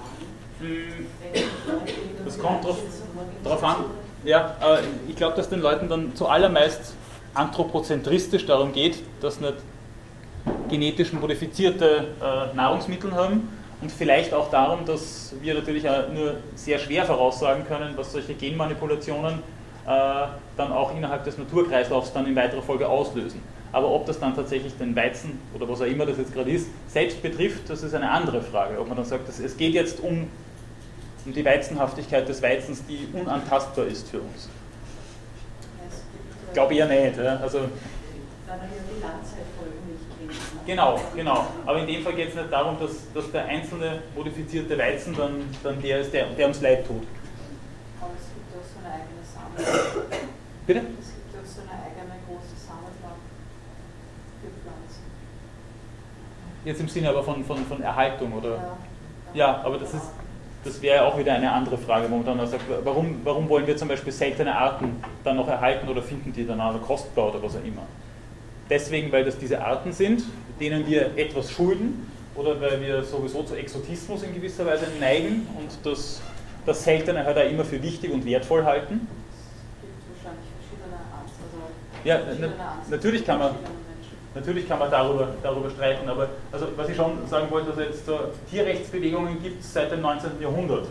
sagen? Das kommt drauf an. Ja, ich glaube, dass den Leuten dann zuallermeist anthropozentristisch darum geht, dass nicht genetisch modifizierte Nahrungsmittel haben und vielleicht auch darum, dass wir natürlich nur sehr schwer voraussagen können, was solche Genmanipulationen dann auch innerhalb des Naturkreislaufs dann in weiterer Folge auslösen. Aber ob das dann tatsächlich den Weizen oder was auch immer das jetzt gerade ist, selbst betrifft, das ist eine andere Frage. Ob man dann sagt, es geht jetzt um die Weizenhaftigkeit des Weizens, die unantastbar ist für uns. Ich glaube eher nicht. Ja. Also, weil man ja die Langzeitfolgen nicht kennt. Genau. Aber in dem Fall geht es nicht darum, dass der einzelne modifizierte Weizen dann der ist, der uns leid tut. Aber es gibt auch so eine eigene Samenbank. Bitte? Es gibt auch so eine eigene große Samenbank für Pflanzen. Jetzt im Sinne aber von Erhaltung, oder? Ja, Ja, aber das wäre auch wieder eine andere Frage, wo man dann sagt, warum wollen wir zum Beispiel seltene Arten dann noch erhalten oder finden die dann auch kostbar oder was auch immer? Deswegen, weil das diese Arten sind, denen wir etwas schulden oder weil wir sowieso zu Exotismus in gewisser Weise neigen und das Seltene halt auch immer für wichtig und wertvoll halten. es gibt wahrscheinlich verschiedene Arten. Ja, verschiedene Arten natürlich kann man. verschiedene Menschen. Natürlich kann man darüber streiten, aber also, was ich schon sagen wollte, dass es jetzt so Tierrechtsbewegungen gibt seit dem 19. Jahrhundert.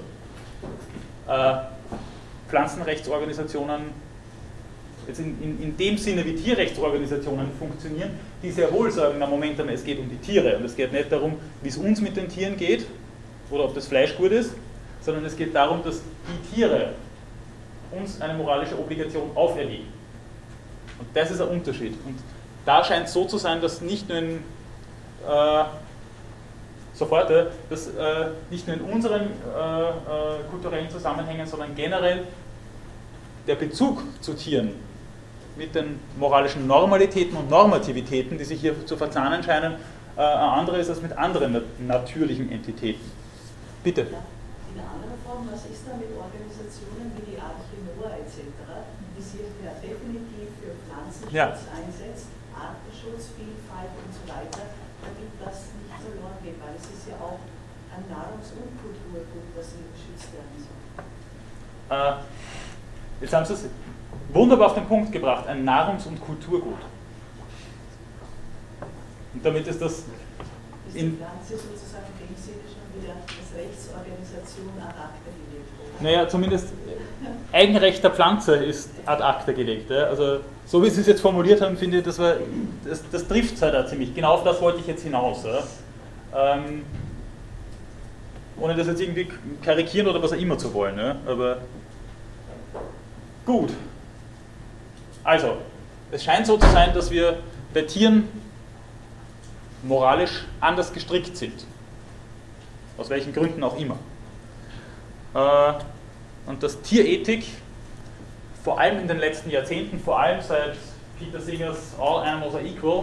Pflanzenrechtsorganisationen, jetzt in dem Sinne, wie Tierrechtsorganisationen funktionieren, die sehr wohl sagen, na Moment einmal, es geht um die Tiere und es geht nicht darum, wie es uns mit den Tieren geht oder ob das Fleisch gut ist, sondern es geht darum, dass die Tiere uns eine moralische Obligation auferlegen. Und das ist ein Unterschied. Und da scheint es so zu sein, dass nicht nur in nicht nur in unseren kulturellen Zusammenhängen, sondern generell der Bezug zu Tieren mit den moralischen Normalitäten und Normativitäten, die sich hier zu verzahnen scheinen, ein anderer ist als mit anderen natürlichen Entitäten. Bitte. In einer anderen Form, was ist da mit Organisationen wie die Arche Noah etc., die sich ja definitiv für Pflanzenschutz einsetzt, Artenschutz, Vielfalt und so weiter, damit das nicht verloren geht, weil es ist ja auch ein Nahrungs- und Kulturgut, das geschützt werden soll. Jetzt haben Sie es wunderbar auf den Punkt gebracht, ein Nahrungs- und Kulturgut. Und damit ist das... Ist die Pflanze sozusagen in dem Sinne schon wieder als Rechtsorganisation ad acta gelegt worden? Naja, zumindest Eigenrecht der Pflanze ist ad acta gelegt. Ja? Also, so wie Sie es jetzt formuliert haben, finde ich, das trifft es halt auch ziemlich. Genau auf das wollte ich jetzt hinaus. Ja? Ohne das jetzt irgendwie karikieren oder was auch immer zu wollen. Ja? Aber gut. Also, es scheint so zu sein, dass wir bei Tieren moralisch anders gestrickt sind. Aus welchen Gründen auch immer. Und dass Tierethik vor allem in den letzten Jahrzehnten, vor allem seit Peter Singers All Animals are Equal,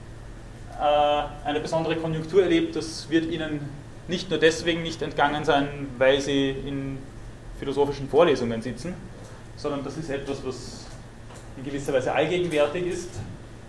eine besondere Konjunktur erlebt. Das wird Ihnen nicht nur deswegen nicht entgangen sein, weil Sie in philosophischen Vorlesungen sitzen, sondern das ist etwas, was in gewisser Weise allgegenwärtig ist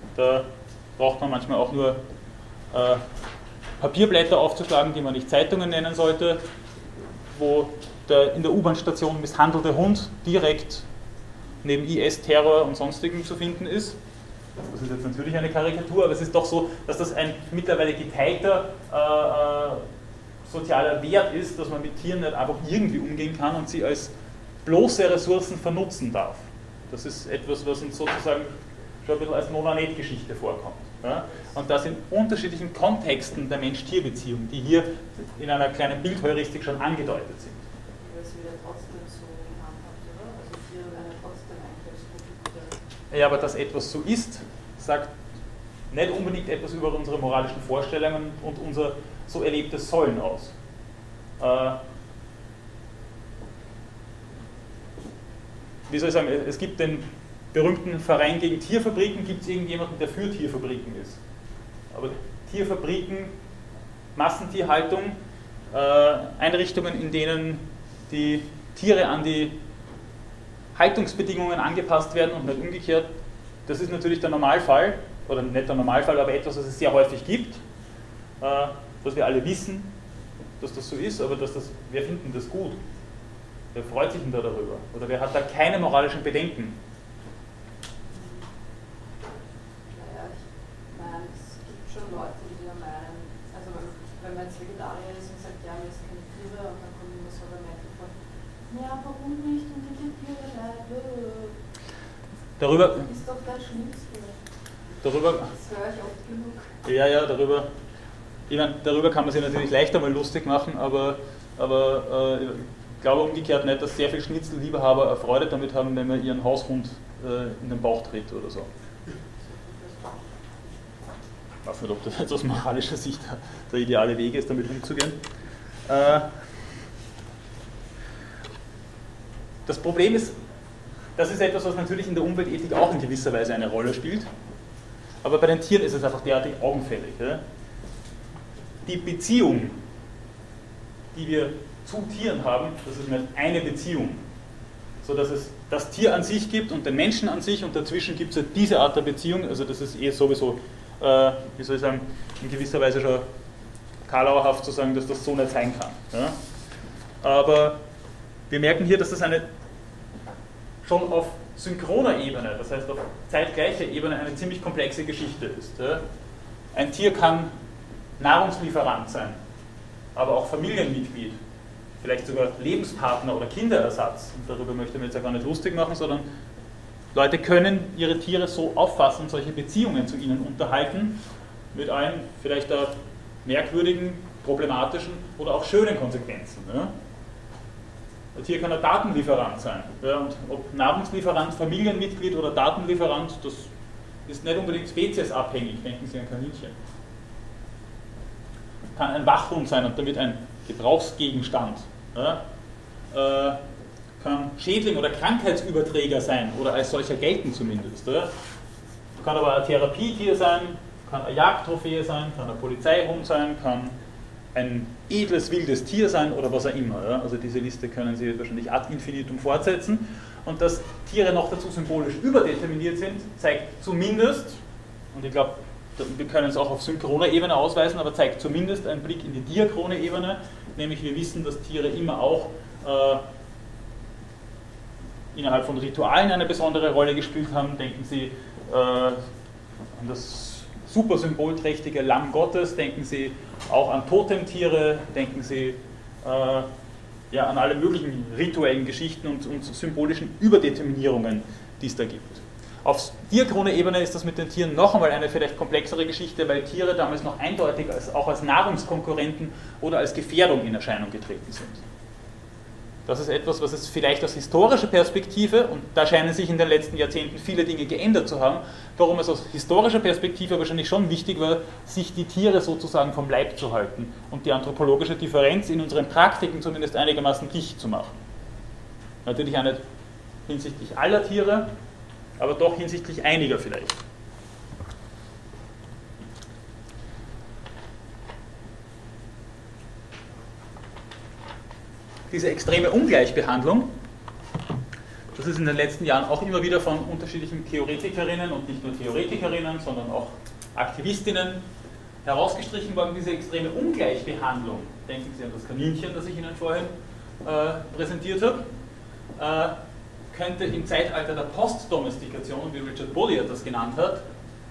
Da braucht man manchmal auch nur Papierblätter aufzuschlagen, die man nicht Zeitungen nennen sollte, wo der in der U-Bahn-Station misshandelte Hund direkt neben IS-Terror und Sonstigem zu finden ist. Das ist jetzt natürlich eine Karikatur, aber es ist doch so, dass das ein mittlerweile geteilter sozialer Wert ist, dass man mit Tieren nicht einfach irgendwie umgehen kann und sie als bloße Ressourcen vernutzen darf. Das ist etwas, was uns sozusagen schon ein bisschen als Monanet-Geschichte vorkommt. Ja? Und das in unterschiedlichen Kontexten der Mensch-Tier-Beziehung, die hier in einer kleinen Bildheuristik schon angedeutet sind. Das wird ja trotzdem so gehandhabt, oder? Also Tiere werden ja trotzdem Einkaufsprodukte. Ja, aber dass etwas so ist, sagt nicht unbedingt etwas über unsere moralischen Vorstellungen und unser so erlebtes Sollen aus. Wie soll ich sagen, es gibt den berühmten Verein gegen Tierfabriken, gibt es irgendjemanden, der für Tierfabriken ist. Aber Tierfabriken, Massentierhaltung, Einrichtungen, in denen die Tiere an die Haltungsbedingungen angepasst werden und nicht umgekehrt, das ist natürlich der Normalfall, oder nicht der Normalfall, aber etwas, was es sehr häufig gibt, was wir alle wissen, dass das so ist, aber wer findet denn das gut? Wer freut sich denn da darüber? Oder wer hat da keine moralischen Bedenken? Naja, ich meine, es gibt schon Leute, die da meinen, also wenn man jetzt Vegetarier ist und sagt, ja, wir essen keine Tiere, und dann kommt immer so der Mensch vor, ja, warum nicht? Und die Tiere leiden. Darüber. Ist doch das Schlimmste. Darüber. Das höre ich oft genug. Ja, darüber. Ich meine, darüber kann man sich natürlich leichter mal lustig machen, aber ich glaube umgekehrt nicht, dass sehr viele Schnitzelliebhaber Freude damit haben, wenn man ihren Haushund in den Bauch tritt oder so. Ich weiß nicht, ob das jetzt aus moralischer Sicht der ideale Weg ist, damit umzugehen. Das Problem ist, das ist etwas, was natürlich in der Umweltethik auch in gewisser Weise eine Rolle spielt, aber bei den Tieren ist es einfach derartig augenfällig. Ja? Die Beziehung, die wir zu Tieren haben, das ist nicht eine Beziehung, sodass es das Tier an sich gibt und den Menschen an sich und dazwischen gibt es ja diese Art der Beziehung, also das ist sowieso, wie soll ich sagen, in gewisser Weise schon karlauerhaft zu sagen, dass das so nicht sein kann. Ja? Aber wir merken hier, dass das schon auf synchroner Ebene, das heißt auf zeitgleicher Ebene, eine ziemlich komplexe Geschichte ist. Ja? Ein Tier kann Nahrungslieferant sein, aber auch Familienmitglied, vielleicht sogar Lebenspartner oder Kinderersatz. Und darüber möchte ich mir jetzt ja gar nicht lustig machen, sondern Leute können ihre Tiere so auffassen, solche Beziehungen zu ihnen unterhalten, mit allen vielleicht auch merkwürdigen, problematischen oder auch schönen Konsequenzen. Ja? Ein Tier kann ein Datenlieferant sein. Ja? Und ob Nahrungslieferant, Familienmitglied oder Datenlieferant, das ist nicht unbedingt speziesabhängig. Denken Sie an Kaninchen. Kann ein Wachhund sein und damit ein Gebrauchsgegenstand. Ja? Kann Schädling oder Krankheitsüberträger sein oder als solcher gelten zumindest. Ja? Kann aber ein Therapietier sein, kann eine Jagdtrophäe sein, kann ein Polizeihund sein, kann ein edles, wildes Tier sein oder was auch immer. Ja? Also diese Liste können Sie wahrscheinlich ad infinitum fortsetzen. Und dass Tiere noch dazu symbolisch überdeterminiert sind, zeigt zumindest, und ich glaube, wir können es auch auf synchroner Ebene ausweisen, aber zeigt zumindest einen Blick in die diachrone Ebene, nämlich wir wissen, dass Tiere immer auch innerhalb von Ritualen eine besondere Rolle gespielt haben. Denken Sie an das super symbolträchtige Lamm Gottes, denken Sie auch an Totemtiere, denken Sie an alle möglichen rituellen Geschichten und symbolischen Überdeterminierungen, die es da gibt. Auf diachroner Ebene ist das mit den Tieren noch einmal eine vielleicht komplexere Geschichte, weil Tiere damals noch eindeutig auch als Nahrungskonkurrenten oder als Gefährdung in Erscheinung getreten sind. Das ist etwas, was es vielleicht aus historischer Perspektive, und da scheinen sich in den letzten Jahrzehnten viele Dinge geändert zu haben, warum es aus historischer Perspektive wahrscheinlich schon wichtig war, sich die Tiere sozusagen vom Leib zu halten und die anthropologische Differenz in unseren Praktiken zumindest einigermaßen dicht zu machen. Natürlich auch nicht hinsichtlich aller Tiere, aber doch hinsichtlich einiger vielleicht. Diese extreme Ungleichbehandlung, das ist in den letzten Jahren auch immer wieder von unterschiedlichen Theoretikerinnen und nicht nur Theoretikerinnen, sondern auch Aktivistinnen herausgestrichen worden, diese extreme Ungleichbehandlung. Denken Sie an das Kaninchen, das ich Ihnen vorhin präsentiert habe, könnte im Zeitalter der Postdomestikation, wie Richard Bollier das genannt hat,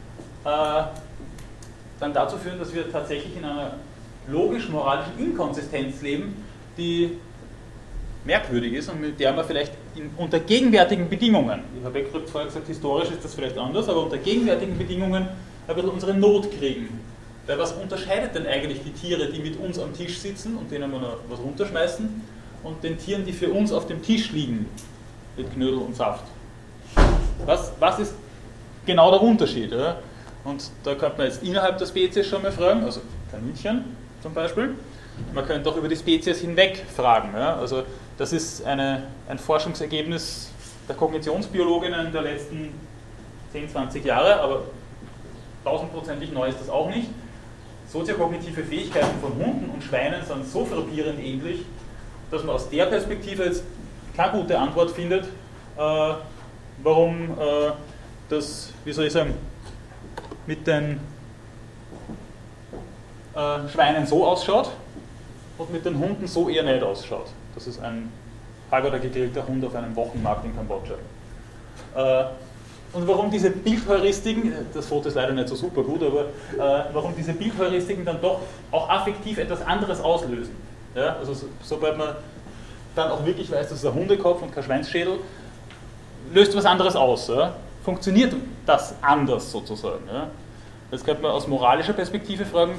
dann dazu führen, dass wir tatsächlich in einer logisch-moralischen Inkonsistenz leben, die merkwürdig ist und mit der man vielleicht unter gegenwärtigen Bedingungen, ich habe vorher gesagt, historisch ist das vielleicht anders, aber unter gegenwärtigen Bedingungen ein bisschen unsere Not kriegen. Weil was unterscheidet denn eigentlich die Tiere, die mit uns am Tisch sitzen und denen wir noch was runterschmeißen, und den Tieren, die für uns auf dem Tisch liegen, mit Knödel und Saft? Was ist genau der Unterschied? Ja? Und da könnte man jetzt innerhalb der Spezies schon mal fragen, also Kaninchen zum Beispiel. Man könnte auch über die Spezies hinweg fragen. Ja? Also das ist ein Forschungsergebnis der Kognitionsbiologinnen der letzten 10, 20 Jahre, aber 1000%ig neu ist das auch nicht. Soziokognitive Fähigkeiten von Hunden und Schweinen sind so frappierend ähnlich, dass man aus der Perspektive jetzt keine gute Antwort findet, warum das, wie soll ich sagen, mit den Schweinen so ausschaut und mit den Hunden so eher nicht ausschaut. Das ist ein hagerer gegrillter Hund auf einem Wochenmarkt in Kambodscha. Und warum diese Bildheuristiken, das Foto ist leider nicht so super gut, aber warum diese Bildheuristiken dann doch auch affektiv etwas anderes auslösen. Ja? Also sobald man dann auch wirklich weiß, das ist ein Hundekopf und kein Schweinsschädel, löst was anderes aus. Ja? Funktioniert das anders sozusagen. Ja? Jetzt könnte man aus moralischer Perspektive fragen,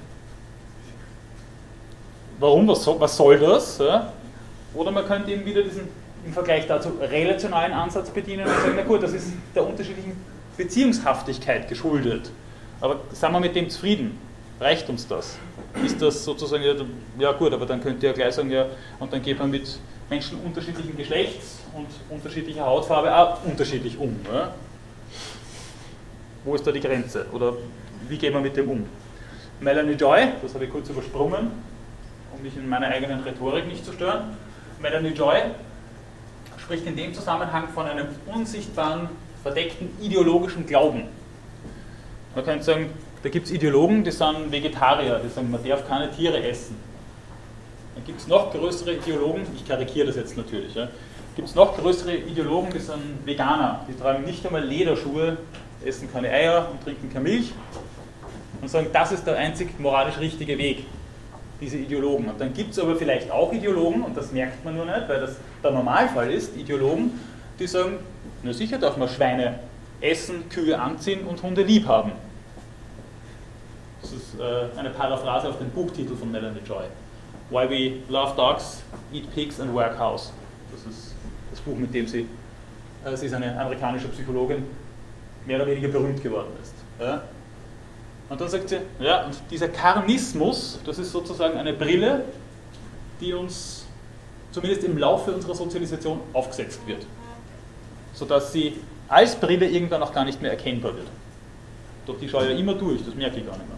warum, was soll das? Ja? Oder man könnte eben wieder diesen im Vergleich dazu relationalen Ansatz bedienen und sagen, na gut, das ist der unterschiedlichen Beziehungshaftigkeit geschuldet. Aber sind wir mit dem zufrieden? Reicht uns das? Ist das sozusagen, ja gut, aber dann könnt ihr ja gleich sagen, ja, und dann geht man mit Menschen unterschiedlichen Geschlechts und unterschiedlicher Hautfarbe auch unterschiedlich um. Ja? Wo ist da die Grenze? Oder wie geht man mit dem um? Melanie Joy, das habe ich kurz übersprungen, um mich in meiner eigenen Rhetorik nicht zu stören. Melanie Joy spricht in dem Zusammenhang von einem unsichtbaren, verdeckten ideologischen Glauben. Man könnte sagen, da gibt es Ideologen, die sind Vegetarier, die sagen, man darf keine Tiere essen. Dann gibt es noch größere Ideologen, ich karikiere das jetzt natürlich, ja, gibt es noch größere Ideologen, die sind Veganer, die tragen nicht einmal Lederschuhe, essen keine Eier und trinken keine Milch und sagen, das ist der einzig moralisch richtige Weg. Diese Ideologen. Und dann gibt es aber vielleicht auch Ideologen, und das merkt man nur nicht, weil das der Normalfall ist, Ideologen, die sagen, na sicher darf man Schweine essen, Kühe anziehen und Hunde lieb haben. Das ist eine Paraphrase auf den Buchtitel von Melanie Joy. Why We Love Dogs, Eat Pigs and Work House. Das ist das Buch, mit dem sie ist eine amerikanische Psychologin, mehr oder weniger berühmt geworden ist. Ja? Und dann sagt sie, ja, und dieser Karnismus, das ist sozusagen eine Brille, die uns zumindest im Laufe unserer Sozialisation aufgesetzt wird, sodass sie als Brille irgendwann auch gar nicht mehr erkennbar wird. Doch die schaue ich ja immer durch, das merke ich gar nicht mehr.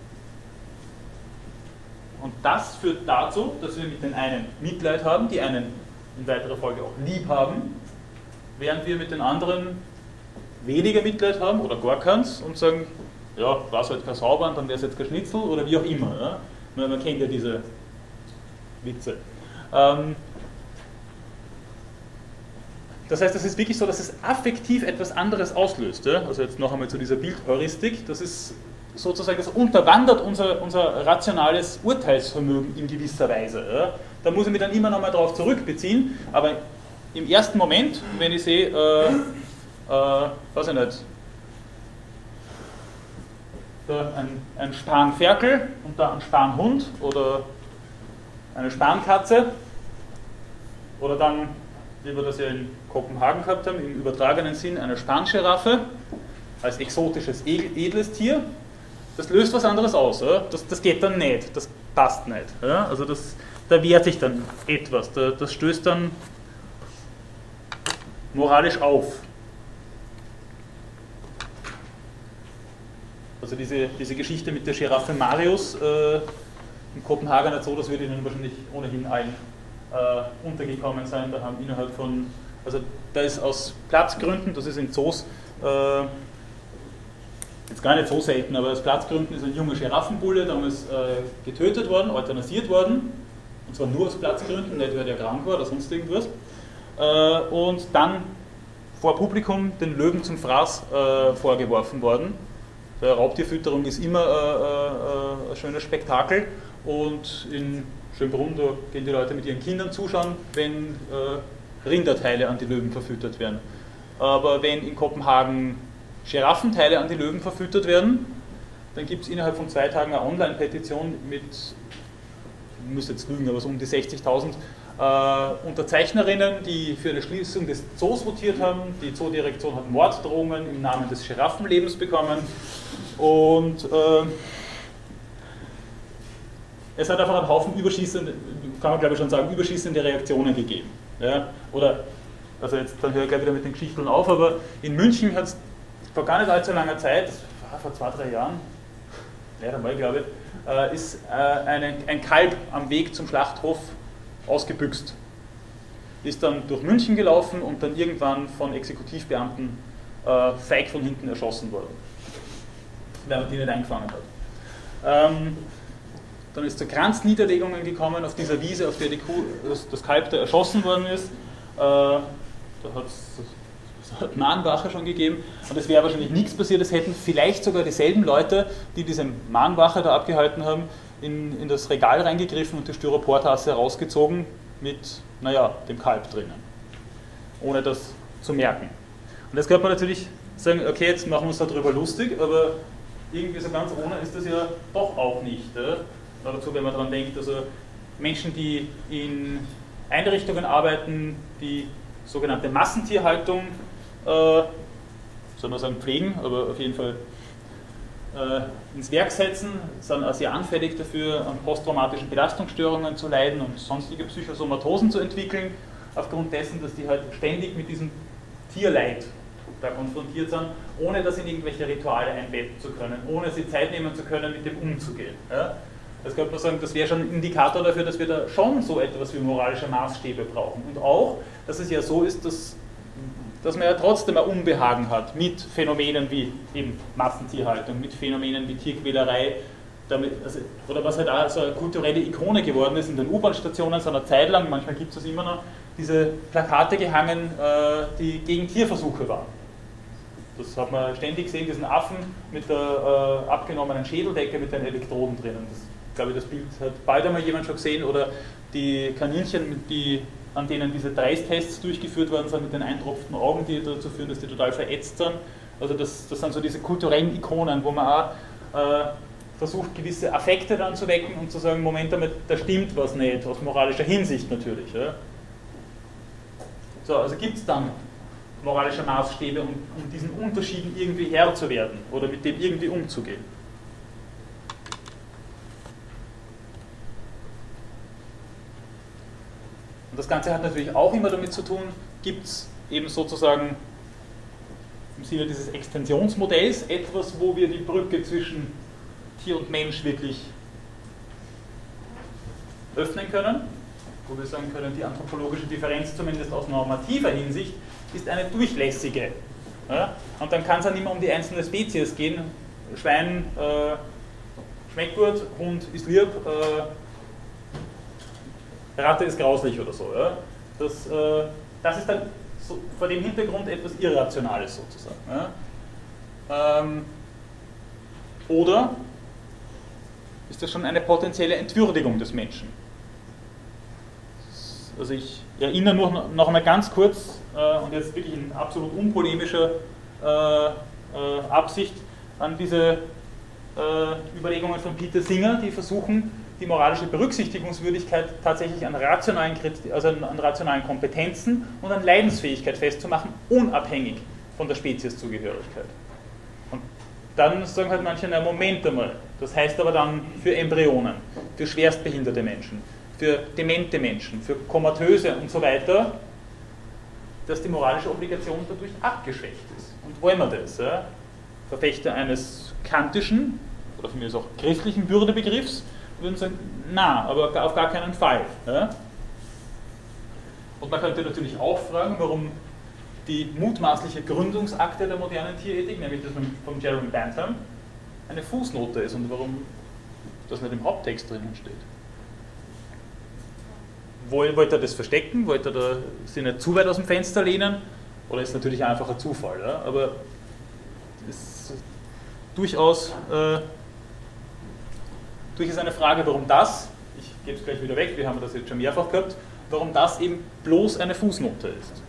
Und das führt dazu, dass wir mit den einen Mitleid haben, die einen in weiterer Folge auch lieb haben, während wir mit den anderen weniger Mitleid haben oder gar keins und sagen, ja, war es halt kein Sauber, dann wäre es jetzt kein Schnitzel oder wie auch immer. Ja? Man kennt ja diese Witze. Das heißt, es ist wirklich so, dass es affektiv etwas anderes auslöst. Ja? Also jetzt noch einmal zu dieser Bildheuristik. Das ist sozusagen, das unterwandert unser rationales Urteilsvermögen in gewisser Weise. Ja? Da muss ich mich dann immer noch mal darauf zurückbeziehen. Aber im ersten Moment, wenn ich sehe, weiß ich nicht, ein Spanferkel und da ein Spanhund oder eine Spankatze oder dann, wie wir das ja in Kopenhagen gehabt haben, im übertragenen Sinn eine Spanschiraffe als exotisches, edles Tier, das löst was anderes aus. Oder? Das geht dann nicht, das passt nicht. Ja? Also da wehrt sich dann etwas, das stößt dann moralisch auf. Also diese Geschichte mit der Giraffe Marius in Kopenhagen nicht so, das würde Ihnen wahrscheinlich ohnehin allen untergekommen sein. Da haben innerhalb von Also da ist aus Platzgründen, das ist in Zoos jetzt gar nicht so selten, aber aus Platzgründen ist ein junger Giraffenbulle damals getötet worden, euthanasiert worden, und zwar nur aus Platzgründen, nicht weil der krank war oder sonst irgendwas, und dann vor Publikum den Löwen zum Fraß vorgeworfen worden. Raubtierfütterung ist immer ein schönes Spektakel, und in Schönbrunn, da gehen die Leute mit ihren Kindern zuschauen, wenn Rinderteile an die Löwen verfüttert werden. Aber wenn in Kopenhagen Giraffenteile an die Löwen verfüttert werden, dann gibt es innerhalb von 2 Tagen eine Online-Petition mit, ich muss jetzt lügen, aber so um die 60.000 Unterzeichnerinnen, die für die Schließung des Zoos votiert haben. Die Zoodirektion hat Morddrohungen im Namen des Giraffenlebens bekommen, und es hat einfach einen Haufen überschießende, kann man glaube ich schon sagen, überschießende Reaktionen gegeben. Ja? Oder, also jetzt dann höre ich gleich wieder mit den Geschichten auf, aber in München hat es vor gar nicht allzu langer Zeit, das war vor 2, 3 Jahren, leider mal glaube ich, ist ein Kalb am Weg zum Schlachthof ausgebüxt. Ist dann durch München gelaufen und dann irgendwann von Exekutivbeamten feig von hinten erschossen worden, weil man die nicht eingefangen hat. Dann ist es zu Kranzniederlegungen gekommen auf dieser Wiese, auf der die Kuh, das Kalb da erschossen worden ist. Da hat es Mahnwache schon gegeben, und es wäre wahrscheinlich nichts passiert, es hätten vielleicht sogar dieselben Leute, die diese Mahnwache da abgehalten haben, in das Regal reingegriffen und die Styroportasse rausgezogen mit, naja, dem Kalb drinnen, ohne das zu merken. Und jetzt könnte man natürlich sagen, okay, jetzt machen wir uns darüber lustig, aber irgendwie so ganz ohne ist das ja doch auch nicht. Dazu, wenn man daran denkt, also Menschen, die in Einrichtungen arbeiten, die sogenannte Massentierhaltung, soll man sagen pflegen, aber auf jeden Fall ins Werk setzen, sind auch sehr anfällig dafür, an posttraumatischen Belastungsstörungen zu leiden und sonstige Psychosomatosen zu entwickeln, aufgrund dessen, dass die halt ständig mit diesem Tierleid da konfrontiert sind, ohne das in irgendwelche Rituale einbetten zu können, ohne sich Zeit nehmen zu können, mit dem umzugehen. Ja? Das könnte man sagen, das wäre schon ein Indikator dafür, dass wir da schon so etwas wie moralische Maßstäbe brauchen. Und auch, dass es ja so ist, dass man ja trotzdem ein Unbehagen hat mit Phänomenen wie eben Massentierhaltung, mit Phänomenen wie Tierquälerei, oder was halt auch so eine kulturelle Ikone geworden ist in den U-Bahn-Stationen, so eine Zeit lang, manchmal gibt es das immer noch, diese Plakate gehangen, die gegen Tierversuche waren. Das hat man ständig gesehen, diesen Affen mit der abgenommenen Schädeldecke mit den Elektroden drinnen. Ich glaube, das Bild hat bald einmal jemand schon gesehen, oder die Kaninchen, an denen diese Dreist-Tests durchgeführt worden sind mit den eintropften Augen, die dazu führen, dass die total verätzt sind. Also das sind so diese kulturellen Ikonen, wo man auch versucht, gewisse Affekte dann zu wecken und zu sagen, Moment damit, da stimmt was nicht, aus moralischer Hinsicht natürlich. Ja. So, also gibt es dann moralische Maßstäbe, um diesen Unterschieden irgendwie Herr zu werden oder mit dem irgendwie umzugehen. Und das Ganze hat natürlich auch immer damit zu tun, gibt es eben sozusagen im Sinne dieses Extensionsmodells etwas, wo wir die Brücke zwischen Tier und Mensch wirklich öffnen können, wo wir sagen können, die anthropologische Differenz zumindest aus normativer Hinsicht ist eine durchlässige. Ja? Und dann kann es auch nicht mehr um die einzelne Spezies gehen. Schwein schmeckt gut, Hund ist lieb, Ratte ist grauslich oder so. Ja? Das ist dann so vor dem Hintergrund etwas Irrationales sozusagen. Ja? Oder ist das schon eine potenzielle Entwürdigung des Menschen? Also ich erinnere nur noch einmal ganz kurz und jetzt wirklich in absolut unpolemischer Absicht an diese Überlegungen von Peter Singer, die versuchen, die moralische Berücksichtigungswürdigkeit tatsächlich an rationalen Kompetenzen und an Leidensfähigkeit festzumachen, unabhängig von der Spezieszugehörigkeit. Und dann sagen halt manche, na Moment einmal, das heißt aber dann für Embryonen, für schwerstbehinderte Menschen, für demente Menschen, für komatöse und so weiter, dass die moralische Obligation dadurch abgeschwächt ist. Und wollen wir das? Ja? Verfechter eines kantischen oder von mir auch christlichen Würdebegriffs würden sagen, na, aber auf gar keinen Fall. Ja? Und man könnte natürlich auch fragen, warum die mutmaßliche Gründungsakte der modernen Tierethik, nämlich das von Jeremy Bentham, eine Fußnote ist und warum das nicht im Haupttext drinnen steht. Wollte er das verstecken? Wollte er sich nicht zu weit aus dem Fenster lehnen? Oder ist natürlich einfach ein Zufall? Ja? Aber es ist durchaus eine Frage, warum das, ich gebe es gleich wieder weg, wir haben das jetzt schon mehrfach gehabt, warum das eben bloß eine Fußnote ist.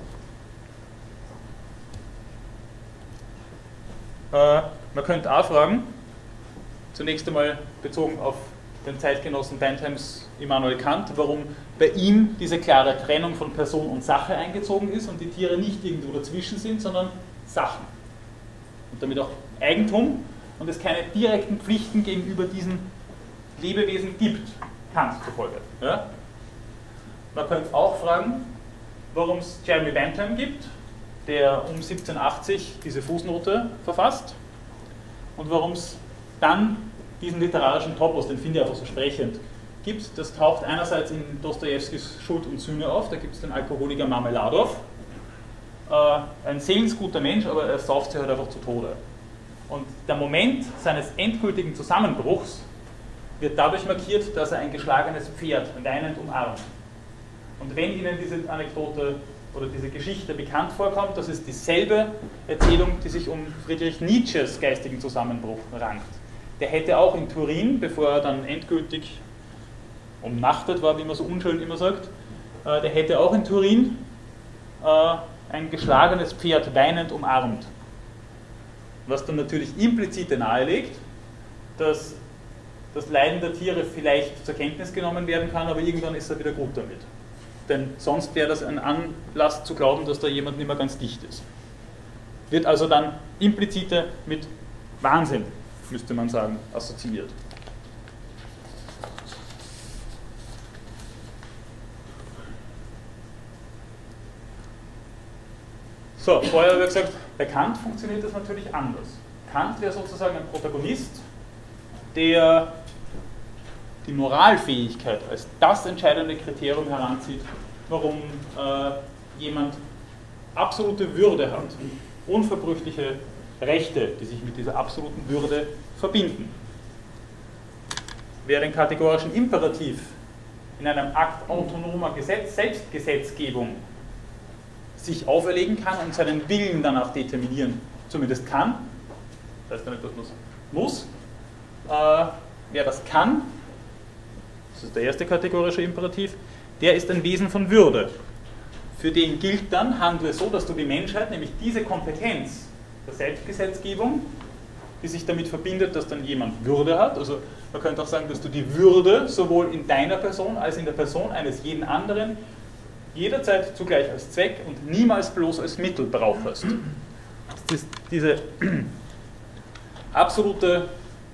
Man könnte auch fragen, zunächst einmal bezogen auf den Zeitgenossen Benthams Immanuel Kant, warum bei ihm diese klare Trennung von Person und Sache eingezogen ist und die Tiere nicht irgendwo dazwischen sind, sondern Sachen. Und damit auch Eigentum und es keine direkten Pflichten gegenüber diesen Lebewesen gibt, Kant zufolge. Ja? Man könnte auch fragen, warum es Jeremy Bentham gibt, der um 1780 diese Fußnote verfasst und warum es dann diesen literarischen Topos, den finde ich einfach so sprechend, gibt. Das taucht einerseits in Dostojewskis Schuld und Sühne auf, da gibt es den Alkoholiker Marmeladow, ein seelensguter Mensch, aber er sauft sich halt einfach zu Tode. Und der Moment seines endgültigen Zusammenbruchs wird dadurch markiert, dass er ein geschlagenes Pferd weinend umarmt. Und wenn Ihnen diese Anekdote oder diese Geschichte bekannt vorkommt, das ist dieselbe Erzählung, die sich um Friedrich Nietzsches geistigen Zusammenbruch rankt. Der hätte auch in Turin, bevor er dann endgültig umnachtet war, wie man so unschön immer sagt, der hätte auch in Turin ein geschlagenes Pferd weinend umarmt. Was dann natürlich implizit nahelegt, dass das Leiden der Tiere vielleicht zur Kenntnis genommen werden kann, aber irgendwann ist er wieder gut damit. Denn sonst wäre das ein Anlass zu glauben, dass da jemand nicht mehr ganz dicht ist. Wird also dann implizite mit Wahnsinn, müsste man sagen, assoziiert. So, vorher habe ich gesagt, bei Kant funktioniert das natürlich anders. Kant wäre sozusagen ein Protagonist, der die Moralfähigkeit als das entscheidende Kriterium heranzieht, warum jemand absolute Würde hat, unverbrüchliche Rechte, die sich mit dieser absoluten Würde verbinden. Wer den kategorischen Imperativ in einem Akt autonomer Selbstgesetzgebung sich auferlegen kann und seinen Willen danach determinieren, zumindest kann, das heißt ja nicht, dass man es muss, wer das kann, das ist der erste kategorische Imperativ, der ist ein Wesen von Würde. Für den gilt dann, handle so, dass du die Menschheit, nämlich diese Kompetenz der Selbstgesetzgebung, die sich damit verbindet, dass dann jemand Würde hat, also man könnte auch sagen, dass du die Würde sowohl in deiner Person als in der Person eines jeden anderen jederzeit zugleich als Zweck und niemals bloß als Mittel brauchst. Diese absolute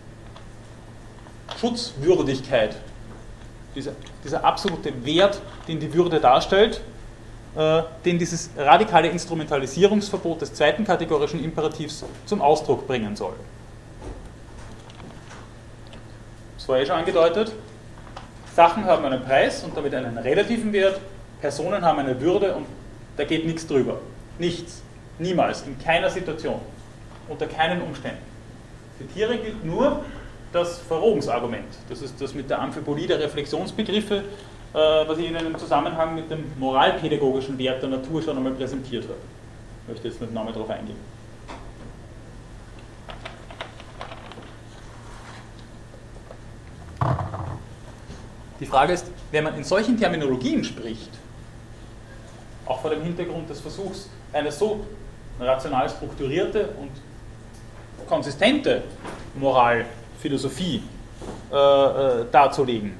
Schutzwürdigkeit, dieser absolute Wert, den die Würde darstellt, den dieses radikale Instrumentalisierungsverbot des zweiten kategorischen Imperativs zum Ausdruck bringen soll. Das war schon angedeutet. Sachen haben einen Preis und damit einen relativen Wert, Personen haben eine Würde und da geht nichts drüber. Nichts. Niemals. In keiner Situation. Unter keinen Umständen. Für Tiere gilt nur das Verrohungsargument. Das ist das mit der Amphibolie der Reflexionsbegriffe, was ich Ihnen im Zusammenhang mit dem moralpädagogischen Wert der Natur schon einmal präsentiert habe. Ich möchte jetzt nicht nochmal darauf eingehen. Die Frage ist, wenn man in solchen Terminologien spricht, auch vor dem Hintergrund des Versuchs, eine so rational strukturierte und konsistente Moralphilosophie darzulegen,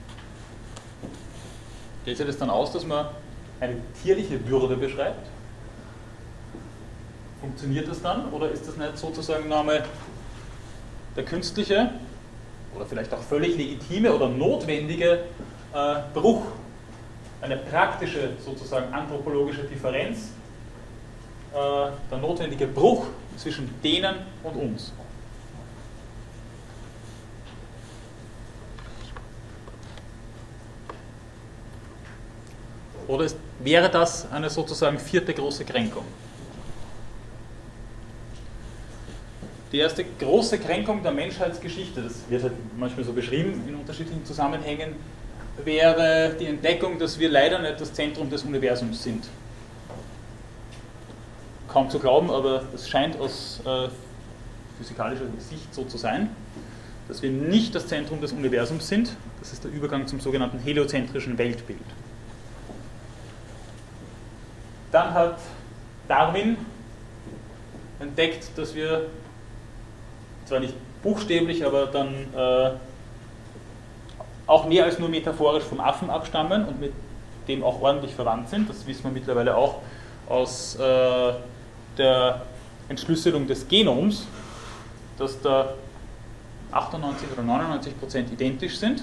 geht sich das dann aus, dass man eine tierliche Würde beschreibt? Funktioniert das dann oder ist das nicht sozusagen nochmal der künstliche oder vielleicht auch völlig legitime oder notwendige Bruch, eine praktische sozusagen anthropologische Differenz, der notwendige Bruch zwischen denen und uns? Oder wäre das eine sozusagen vierte große Kränkung? Die erste große Kränkung der Menschheitsgeschichte, das wird halt manchmal so beschrieben in unterschiedlichen Zusammenhängen, wäre die Entdeckung, dass wir leider nicht das Zentrum des Universums sind. Kaum zu glauben, aber es scheint aus physikalischer Sicht so zu sein, dass wir nicht das Zentrum des Universums sind. Das ist der Übergang zum sogenannten heliozentrischen Weltbild. Dann hat Darwin entdeckt, dass wir zwar nicht buchstäblich, aber dann auch mehr als nur metaphorisch vom Affen abstammen und mit dem auch ordentlich verwandt sind. Das wissen wir mittlerweile auch aus der Entschlüsselung des Genoms, dass da 98 oder 99% identisch sind.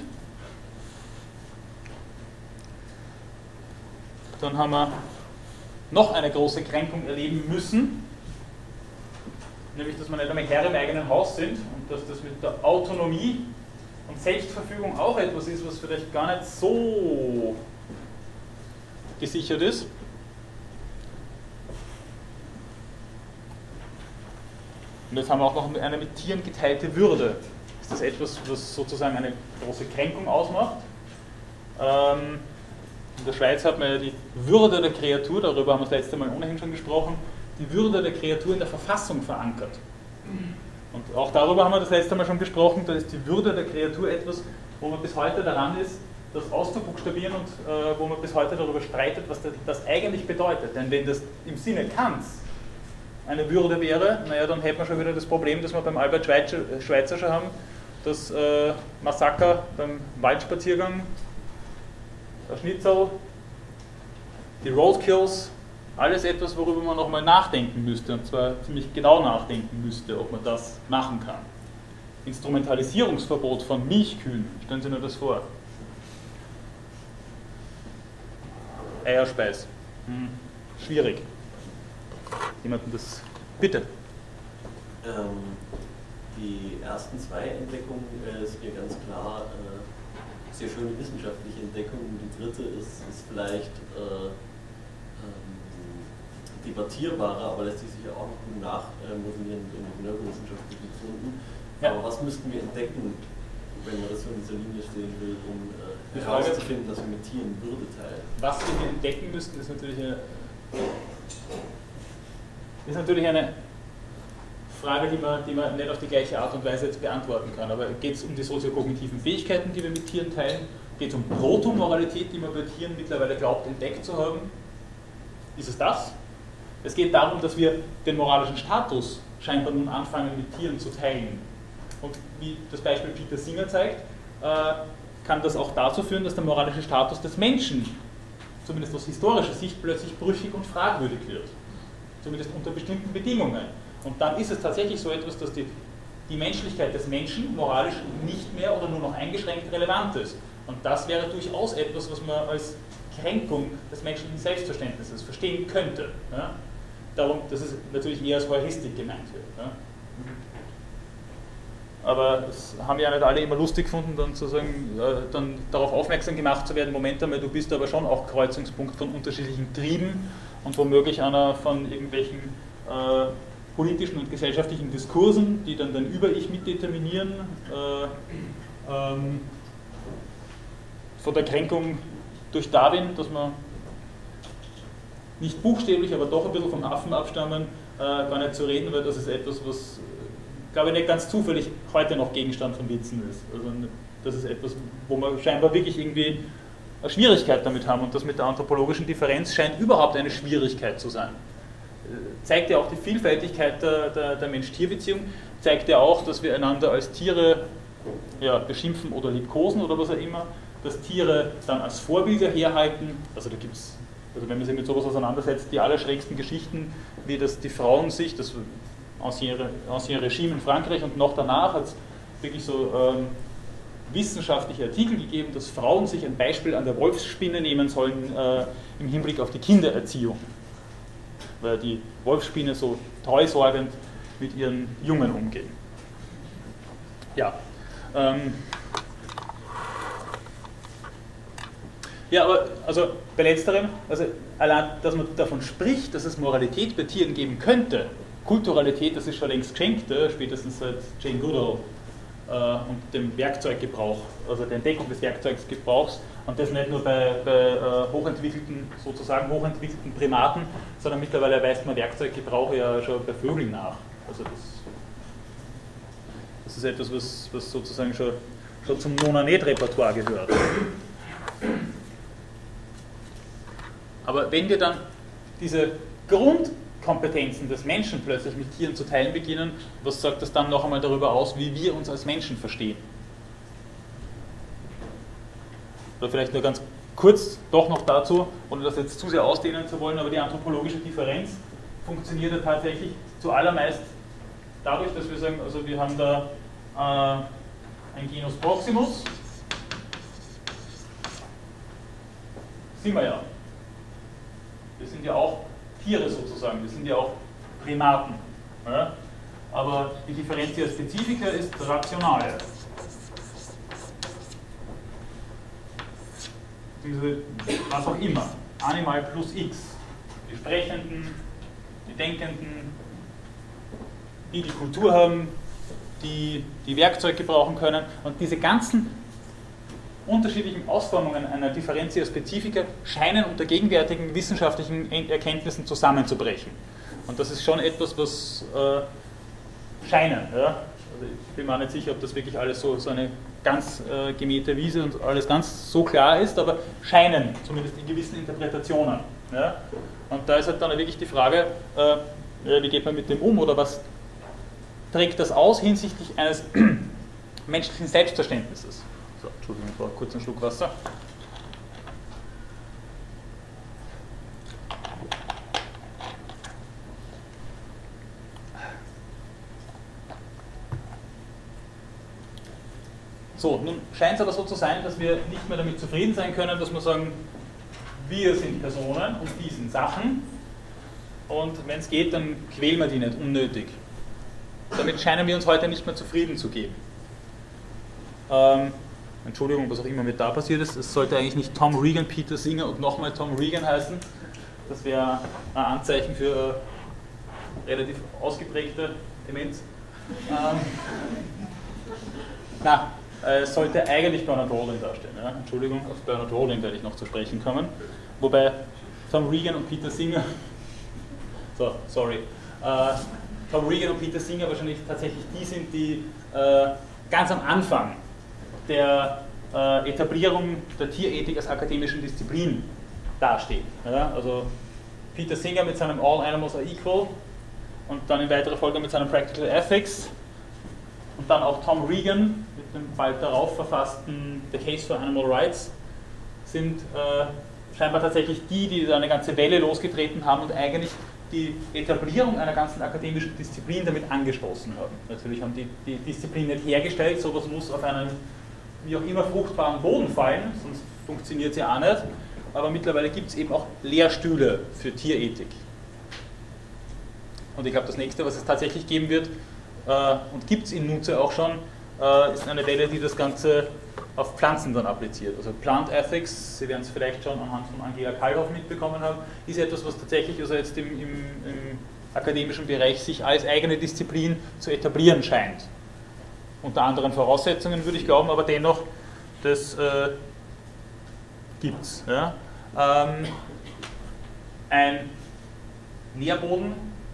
Dann haben wir noch eine große Kränkung erleben müssen, nämlich, dass wir nicht einmal Herr im eigenen Haus sind und dass das mit der Autonomie und Selbstverfügung auch etwas ist, was vielleicht gar nicht so gesichert ist. Und jetzt haben wir auch noch eine mit Tieren geteilte Würde. Ist das etwas, was sozusagen eine große Kränkung ausmacht? In der Schweiz hat man ja die Würde der Kreatur, darüber haben wir das letzte Mal ohnehin schon gesprochen, die Würde der Kreatur in der Verfassung verankert. Und auch darüber haben wir das letzte Mal schon gesprochen, da ist die Würde der Kreatur etwas, wo man bis heute daran ist, das auszubuchstabieren und wo man bis heute darüber streitet, was das eigentlich bedeutet. Denn wenn das im Sinne Kants eine Würde wäre, naja, dann hätte man schon wieder das Problem, das wir beim Albert Schweitzer schon haben, das Massaker beim Waldspaziergang, der Schnitzel, die Roadkills, alles etwas, worüber man nochmal nachdenken müsste, und zwar ziemlich genau nachdenken müsste, ob man das machen kann. Instrumentalisierungsverbot von Milchkühen, stellen Sie sich nur das vor. Eierspeis, schwierig. Jemanden das, bitte. Die ersten zwei Entdeckungen sind ja ganz klar sehr schöne wissenschaftliche Entdeckungen. Die dritte ist vielleicht debattierbarer, aber lässt sich sicher auch noch gut nachmodellieren in den neurowissenschaftlichen Gründen. Ja. Aber was müssten wir entdecken, wenn man das so in dieser Linie stehen will, um herauszufinden, dass wir mit Tieren Würde teilen? Was wir entdecken müssten, ist natürlich eine Frage, die man nicht auf die gleiche Art und Weise jetzt beantworten kann. Aber geht es um die soziokognitiven Fähigkeiten, die wir mit Tieren teilen? Geht es um Protomoralität, die man bei Tieren mittlerweile glaubt, entdeckt zu haben? Ist es das? Es geht darum, dass wir den moralischen Status scheinbar nun anfangen, mit Tieren zu teilen. Und wie das Beispiel Peter Singer zeigt, kann das auch dazu führen, dass der moralische Status des Menschen, zumindest aus historischer Sicht, plötzlich brüchig und fragwürdig wird. Zumindest unter bestimmten Bedingungen. Und dann ist es tatsächlich so etwas, dass die Menschlichkeit des Menschen moralisch nicht mehr oder nur noch eingeschränkt relevant ist. Und das wäre durchaus etwas, was man als Kränkung des menschlichen Selbstverständnisses verstehen könnte. Ja? Darum, dass es natürlich eher als Heuristik gemeint wird. Ja? Aber es haben ja nicht alle immer lustig gefunden, dann sozusagen dann darauf aufmerksam gemacht zu werden, Moment einmal, du bist aber schon auch Kreuzungspunkt von unterschiedlichen Trieben und womöglich einer von irgendwelchen politischen und gesellschaftlichen Diskursen, die dann dein Über-Ich mitdeterminieren, von der Kränkung durch Darwin, dass man nicht buchstäblich, aber doch ein bisschen vom Affen abstammen, gar nicht zu reden, weil das ist etwas, was, glaube ich, nicht ganz zufällig heute noch Gegenstand von Witzen ist. Also das ist etwas, wo wir scheinbar wirklich irgendwie eine Schwierigkeit damit haben, und das mit der anthropologischen Differenz scheint überhaupt eine Schwierigkeit zu sein. Zeigt ja auch die Vielfältigkeit der Mensch-Tier-Beziehung, zeigt ja auch, dass wir einander als Tiere beschimpfen oder liebkosen oder was auch immer, dass Tiere dann als Vorbilder herhalten. Also da gibt es, wenn man sich mit sowas auseinandersetzt, die allerschrägsten Geschichten, wie das die Frauen sich, das Ancien Regime in Frankreich und noch danach hat es wirklich so wissenschaftliche Artikel gegeben, dass Frauen sich ein Beispiel an der Wolfsspinne nehmen sollen im Hinblick auf die Kindererziehung. Weil die Wolfsspinne so treusorgend mit ihren Jungen umgehen. Ja. Ja, aber also bei letzterem, also allein, dass man davon spricht, dass es Moralität bei Tieren geben könnte, Kulturalität, das ist schon längst geschenkt, spätestens seit Jane Goodall und dem Werkzeuggebrauch, also der Entdeckung des Werkzeuggebrauchs, und das nicht nur bei sozusagen hochentwickelten Primaten, sondern mittlerweile weist man Werkzeuggebrauch ja schon bei Vögeln nach. Also das ist etwas, was sozusagen schon zum Nonanet-Repertoire gehört. Aber wenn wir dann diese Grundkompetenzen des Menschen plötzlich mit Tieren zu teilen beginnen, was sagt das dann noch einmal darüber aus, wie wir uns als Menschen verstehen? Oder vielleicht nur ganz kurz doch noch dazu, ohne das jetzt zu sehr ausdehnen zu wollen, aber die anthropologische Differenz funktioniert ja tatsächlich zuallermeist dadurch, dass wir sagen, also wir haben da ein Genus Proximus, sind wir ja. Wir sind ja auch Tiere sozusagen, wir sind ja auch Primaten. Ja? Aber die Differentia Specifica ist rational. Was auch immer, Animal plus X, die Sprechenden, die Denkenden, die Kultur haben, die Werkzeug gebrauchen können, und diese ganzen unterschiedlichen Ausformungen einer Differentia Specifica scheinen unter gegenwärtigen wissenschaftlichen Erkenntnissen zusammenzubrechen. Und das ist schon etwas, was scheinen. Ja? Also ich bin mir nicht sicher, ob das wirklich alles so eine ganz gemähte Wiese und alles ganz so klar ist, aber scheinen, zumindest in gewissen Interpretationen. Ja? Und da ist halt dann wirklich die Frage, wie geht man mit dem um, oder was trägt das aus hinsichtlich eines menschlichen Selbstverständnisses? So, Entschuldigung, ich brauche kurz einen Schluck Wasser. So, nun scheint es aber so zu sein, dass wir nicht mehr damit zufrieden sein können, dass wir sagen, wir sind Personen und die sind Sachen, und wenn es geht, dann quälen wir die nicht unnötig. Damit scheinen wir uns heute nicht mehr zufrieden zu geben. Entschuldigung, was auch immer mit da passiert ist, es sollte eigentlich nicht Tom Regan, Peter Singer und nochmal Tom Regan heißen. Das wäre ein Anzeichen für relativ ausgeprägte Demenz. Es sollte eigentlich Bernard Holding darstellen. Ja? Entschuldigung, auf Bernard Holding werde ich noch zu sprechen kommen. Wobei Tom Regan und Peter Singer, Tom Regan und Peter Singer wahrscheinlich tatsächlich die sind, die ganz am Anfang der Etablierung der Tierethik als akademischen Disziplin dastehen. Ja? Also Peter Singer mit seinem All Animals are Equal und dann in weiterer Folge mit seinem Practical Ethics und dann auch Tom Regan mit dem bald darauf verfassten The Case for Animal Rights sind scheinbar tatsächlich die da eine ganze Welle losgetreten haben und eigentlich die Etablierung einer ganzen akademischen Disziplin damit angestoßen haben. Natürlich haben die Disziplin nicht hergestellt, sowas muss auf einen wie auch immer fruchtbaren Boden fallen, sonst funktioniert sie auch nicht, aber mittlerweile gibt es eben auch Lehrstühle für Tierethik. Und ich glaube, das nächste, was es tatsächlich geben wird, und gibt es in Nutze auch schon, ist eine Welle, die das Ganze auf Pflanzen dann appliziert. Also Plant Ethics, Sie werden es vielleicht schon anhand von Angela Kallhoff mitbekommen haben, ist etwas, was tatsächlich also jetzt im akademischen Bereich sich als eigene Disziplin zu etablieren scheint. Unter anderen Voraussetzungen würde ich glauben, aber dennoch, das gibt es. Ja. Ein Nährboden,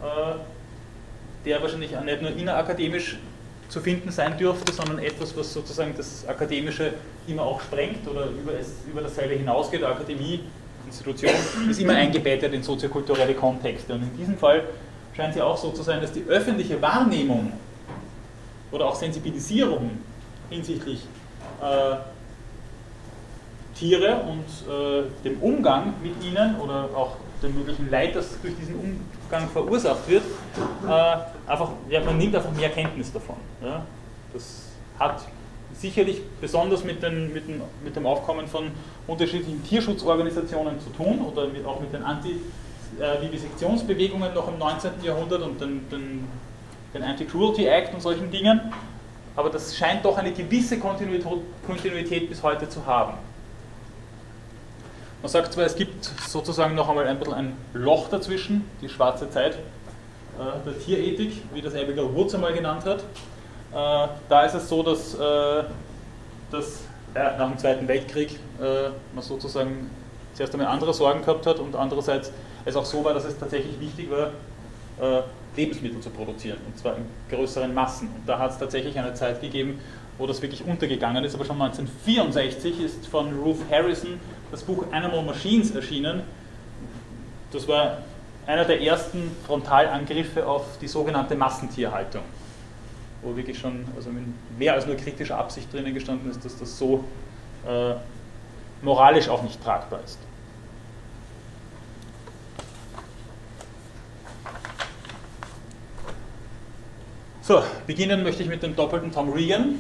der wahrscheinlich auch nicht nur innerakademisch zu finden sein dürfte, sondern etwas, was sozusagen das Akademische immer auch sprengt oder über dasselbe hinausgeht. Akademie, Institution, ist immer eingebettet in soziokulturelle Kontexte. Und in diesem Fall scheint es ja auch so zu sein, dass die öffentliche Wahrnehmung oder auch Sensibilisierung hinsichtlich Tiere und dem Umgang mit ihnen oder auch dem möglichen Leid, das durch diesen Umgang verursacht wird, einfach, ja, man nimmt einfach mehr Kenntnis davon. Ja. Das hat sicherlich besonders mit dem Aufkommen von unterschiedlichen Tierschutzorganisationen zu tun oder auch mit den Anti-Vivisektionsbewegungen noch im 19. Jahrhundert und den Anti-Cruelty Act und solchen Dingen. Aber das scheint doch eine gewisse Kontinuität bis heute zu haben. Man sagt zwar, es gibt sozusagen noch einmal ein bisschen ein Loch dazwischen, die schwarze Zeit der Tierethik, wie das Abigail Woods einmal genannt hat. Da ist es so, dass nach dem Zweiten Weltkrieg man sozusagen zuerst einmal andere Sorgen gehabt hat und andererseits es auch so war, dass es tatsächlich wichtig war, Lebensmittel zu produzieren, und zwar in größeren Massen. Und da hat es tatsächlich eine Zeit gegeben, wo das wirklich untergegangen ist, aber schon 1964 ist von Ruth Harrison das Buch Animal Machines erschienen. Das war einer der ersten Frontalangriffe auf die sogenannte Massentierhaltung, wo wirklich schon mit mehr als nur kritischer Absicht drinnen gestanden ist, dass das so moralisch auch nicht tragbar ist. So, beginnen möchte ich mit dem doppelten Tom Regan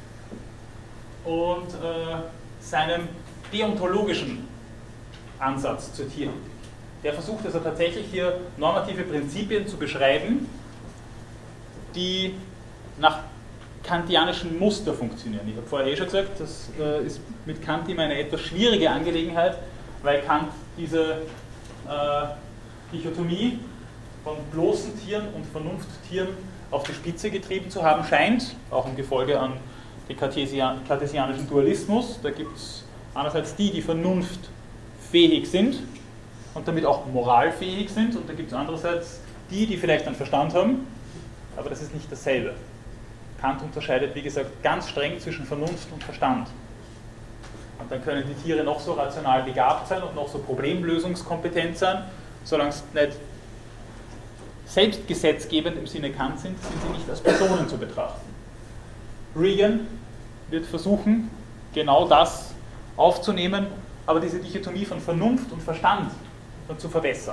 und seinem deontologischen Ansatz zur Tierethik. Der versucht also tatsächlich hier normative Prinzipien zu beschreiben, die nach kantianischen Muster funktionieren. Ich habe vorher schon gesagt, das ist mit Kant immer eine etwas schwierige Angelegenheit, weil Kant diese Dichotomie von bloßen Tieren und Vernunfttieren auf die Spitze getrieben zu haben scheint, auch im Gefolge an den kartesianischen Dualismus. Da gibt es einerseits die vernunftfähig sind und damit auch moralfähig sind, und da gibt es andererseits die vielleicht einen Verstand haben, aber das ist nicht dasselbe. Kant unterscheidet, wie gesagt, ganz streng zwischen Vernunft und Verstand. Und dann können die Tiere noch so rational begabt sein und noch so problemlösungskompetent sein, solange es nicht selbstgesetzgebend im Sinne Kant sind sie nicht als Personen zu betrachten. Regan wird versuchen, genau das aufzunehmen, aber diese Dichotomie von Vernunft und Verstand zu verbessern.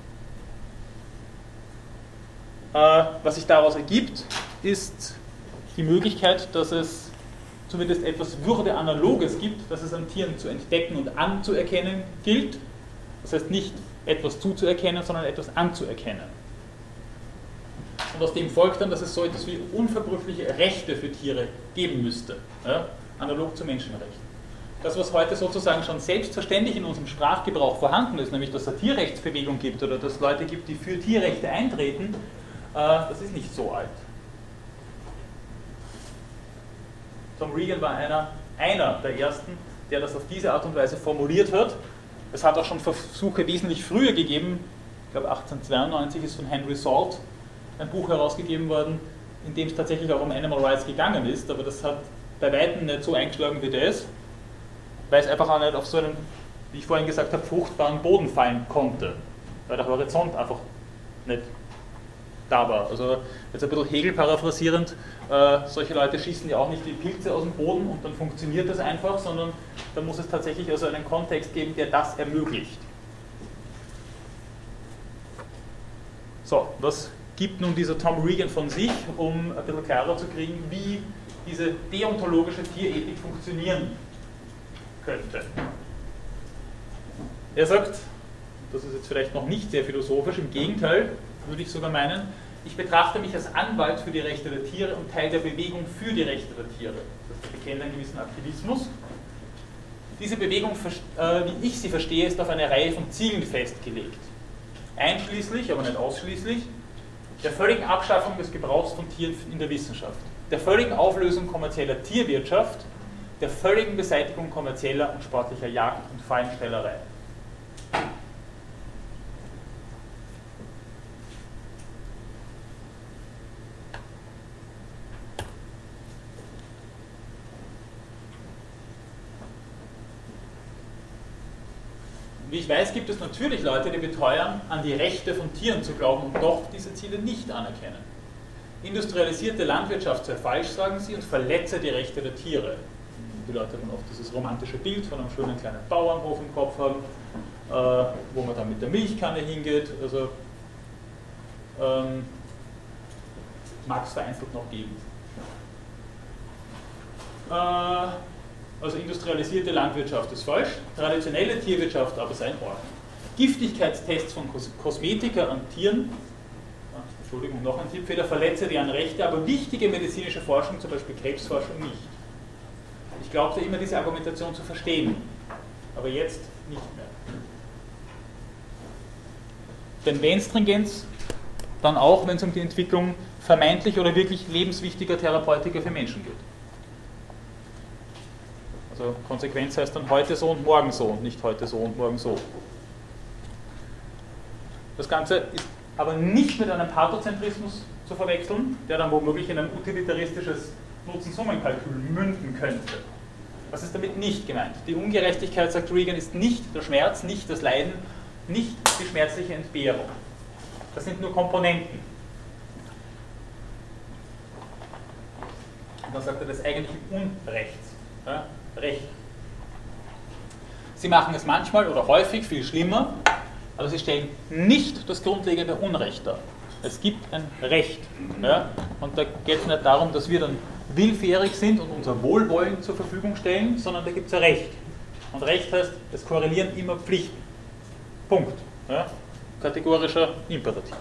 Was sich daraus ergibt, ist die Möglichkeit, dass es zumindest etwas Würde-Analoges gibt, das es an Tieren zu entdecken und anzuerkennen gilt. Das heißt nicht etwas zuzuerkennen, sondern etwas anzuerkennen. Und aus dem folgt dann, dass es so etwas wie unverbrüchliche Rechte für Tiere geben müsste, ja, analog zu Menschenrechten. Das, was heute sozusagen schon selbstverständlich in unserem Sprachgebrauch vorhanden ist, nämlich dass es eine Tierrechtsbewegung gibt oder dass es Leute gibt, die für Tierrechte eintreten, das ist nicht so alt. Tom Regan war einer der ersten, der das auf diese Art und Weise formuliert hat. Es hat auch schon Versuche wesentlich früher gegeben. Ich glaube 1892 ist von Henry Salt ein Buch herausgegeben worden, in dem es tatsächlich auch um Animal Rights gegangen ist, aber das hat bei weitem nicht so eingeschlagen wie das, weil es einfach auch nicht auf so einen, wie ich vorhin gesagt habe, fruchtbaren Boden fallen konnte, weil der Horizont einfach nicht da war. Also jetzt ein bisschen Hegel paraphrasierend, solche Leute schießen ja auch nicht die Pilze aus dem Boden und dann funktioniert das einfach, sondern da muss es tatsächlich also einen Kontext geben, der das ermöglicht. So, was gibt nun dieser Tom Regan von sich, um ein bisschen klarer zu kriegen, wie diese deontologische Tierethik funktionieren könnte. Er sagt, das ist jetzt vielleicht noch nicht sehr philosophisch, im Gegenteil, würde ich sogar meinen, ich betrachte mich als Anwalt für die Rechte der Tiere und Teil der Bewegung für die Rechte der Tiere. Das heißt, ich bekenne einen gewissen Aktivismus. Diese Bewegung, wie ich sie verstehe, ist auf eine Reihe von Zielen festgelegt. Einschließlich, aber nicht ausschließlich, der völligen Abschaffung des Gebrauchs von Tieren in der Wissenschaft, der völligen Auflösung kommerzieller Tierwirtschaft, der völligen Beseitigung kommerzieller und sportlicher Jagd und Fallenstellerei. Wie ich weiß, gibt es natürlich Leute, die beteuern, an die Rechte von Tieren zu glauben und doch diese Ziele nicht anerkennen. Industrialisierte Landwirtschaft sei falsch, sagen sie, und verletze die Rechte der Tiere. Die Leute dann oft dieses romantische Bild von einem schönen kleinen Bauernhof im Kopf haben, wo man dann mit der Milchkanne hingeht. Also mag es vereinzelt noch geben. Also industrialisierte Landwirtschaft ist falsch, traditionelle Tierwirtschaft aber sei in Ordnung. Giftigkeitstests von Kosmetika an Tieren, Entschuldigung, noch ein Tippfehler, verletze deren Rechte, aber wichtige medizinische Forschung, zum Beispiel Krebsforschung, nicht. Ich glaubte immer, diese Argumentation zu verstehen. aber jetzt nicht mehr. Denn wenn Stringenz, dann auch, wenn es um die Entwicklung vermeintlich oder wirklich lebenswichtiger Therapeutika für Menschen geht. Also Konsequenz heißt dann heute so und morgen so und nicht heute so und morgen so. Das Ganze ist aber nicht mit einem Pathozentrismus zu verwechseln, der dann womöglich in ein utilitaristisches Nutzen-Summen-Kalkül münden könnte. Was ist damit nicht gemeint? Die Ungerechtigkeit, sagt Regan, ist nicht der Schmerz, nicht das Leiden, nicht die schmerzliche Entbehrung. Das sind nur Komponenten. Und dann sagt er das eigentliche Unrechts. Ja, Recht. Sie machen es manchmal oder häufig viel schlimmer, aber sie stellen nicht das grundlegende Unrecht dar. Es gibt ein Recht. Ja? Und da geht es nicht darum, dass wir dann willfährig sind und unser Wohlwollen zur Verfügung stellen, sondern da gibt es ein Recht. Und Recht heißt, es korrelieren immer Pflichten. Punkt. Ja? Kategorischer Imperativ.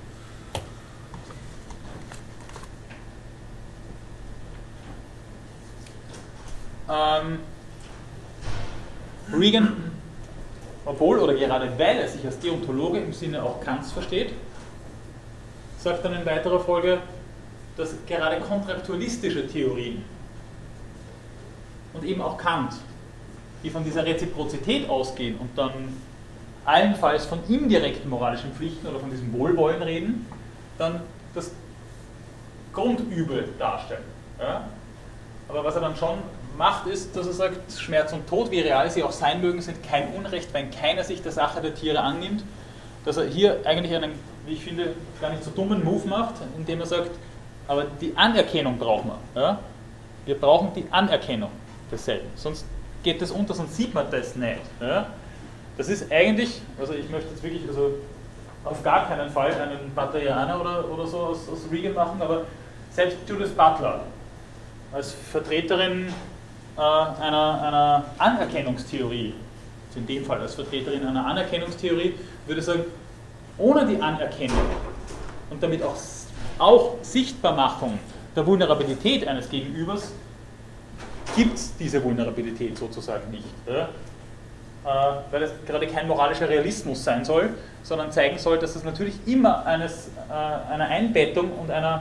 Regan, obwohl oder gerade weil er sich als Deontologe im Sinne auch Kants versteht, sagt dann in weiterer Folge, dass gerade kontraktualistische Theorien und eben auch Kant, die von dieser Reziprozität ausgehen und dann allenfalls von indirekten moralischen Pflichten oder von diesem Wohlwollen reden, dann das Grundübel darstellen. Ja? Aber was er dann schon macht, ist, dass er sagt, Schmerz und Tod, wie real sie auch sein mögen, sind kein Unrecht, wenn keiner sich der Sache der Tiere annimmt. Dass er hier eigentlich einen, wie ich finde, gar nicht so dummen Move macht, indem er sagt, aber die Anerkennung brauchen wir. Ja? Wir brauchen die Anerkennung desselben. Sonst geht das unter, sonst sieht man das nicht. Ja? Das ist eigentlich, also ich möchte jetzt wirklich auf gar keinen Fall einen Butlerianer oder so aus Regan machen, aber selbst Judith Butler als Vertreterin einer Anerkennungstheorie, in dem Fall als Vertreterin einer Anerkennungstheorie, würde sagen, ohne die Anerkennung und damit auch Sichtbarmachung der Vulnerabilität eines Gegenübers gibt es diese Vulnerabilität sozusagen nicht. Ja? Weil es gerade kein moralischer Realismus sein soll, sondern zeigen soll, dass es natürlich immer einer Einbettung und einer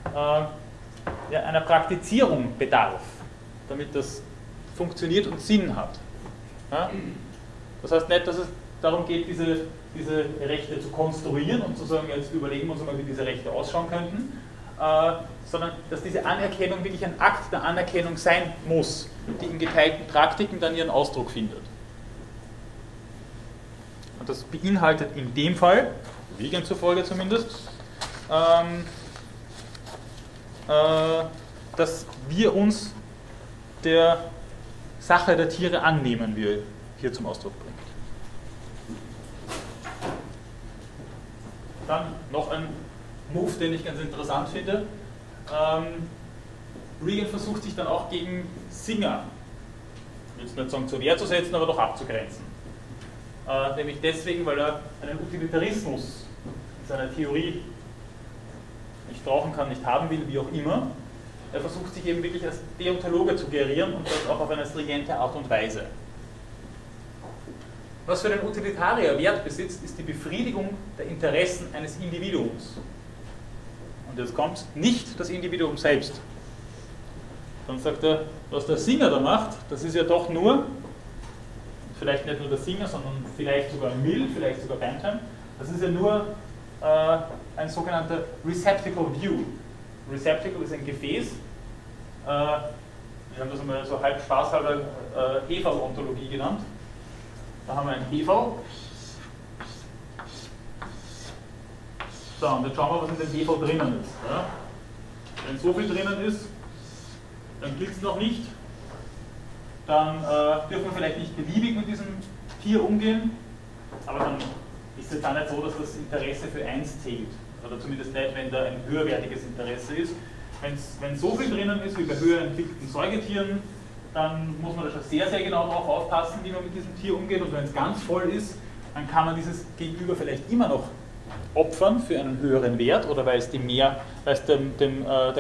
Praktizierung bedarf, damit das funktioniert und Sinn hat. Ja? Das heißt nicht, dass es darum geht, diese Rechte zu konstruieren und zu sagen, jetzt überlegen wir uns mal, wie diese Rechte ausschauen könnten, sondern dass diese Anerkennung wirklich ein Akt der Anerkennung sein muss, die in geteilten Praktiken dann ihren Ausdruck findet. Und das beinhaltet in dem Fall, Regan zufolge zumindest, dass wir uns der Sache der Tiere annehmen, wie er hier zum Ausdruck bringt. Dann noch ein Move, den ich ganz interessant finde. Regan versucht sich dann auch gegen Singer, ich will jetzt nicht sagen zur Wehr zu setzen, aber doch abzugrenzen. Nämlich deswegen, weil er einen Utilitarismus in seiner Theorie nicht brauchen kann, nicht haben will, wie auch immer. Er versucht sich eben wirklich als Deontologe zu gerieren und das auch auf eine stringente Art und Weise. Was für den Utilitarier Wert besitzt, ist die Befriedigung der Interessen eines Individuums. Und jetzt kommt nicht das Individuum selbst. Dann sagt er, was der Singer da macht, das ist ja doch nur, vielleicht nicht nur der Singer, sondern vielleicht sogar Mill, vielleicht sogar Bentham, das ist ja nur ein sogenannter Receptacle View. Receptacle ist ein Gefäß. Wir haben das einmal so halb spaßhalber Heferl-Ontologie genannt. Da haben wir ein Heferl. So, und jetzt schauen wir, was in dem Heferl drinnen ist. Ja? Wenn so viel drinnen ist, dann gilt es noch nicht. Dann dürfen wir vielleicht nicht beliebig mit diesem Tier umgehen, aber dann ist es dann nicht so, dass das Interesse für eins zählt. Oder zumindest nicht, wenn da ein höherwertiges Interesse ist. Wenn so viel drinnen ist wie bei höher entwickelten Säugetieren, dann muss man da schon sehr, sehr genau darauf aufpassen, wie man mit diesem Tier umgeht. Und wenn es ganz voll ist, dann kann man dieses Gegenüber vielleicht immer noch opfern für einen höheren Wert oder weil es dem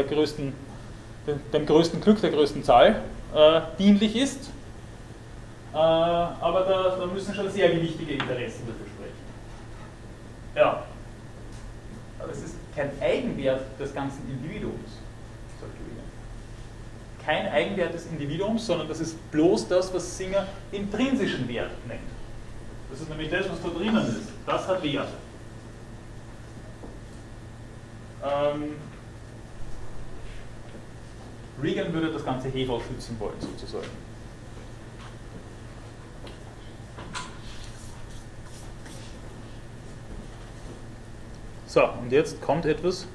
größten Glück der größten Zahl dienlich ist. aber da müssen schon sehr gewichtige Interessen dafür sprechen. Ja, aber es ist kein Eigenwert des ganzen Individuums, sagt Regan. Kein Eigenwert des Individuums, sondern das ist bloß das, was Singer intrinsischen Wert nennt. Das ist nämlich das, was da drinnen ist. Das hat Wert. Regan würde das ganze Heferl schützen wollen, sozusagen. So, und jetzt kommt etwas.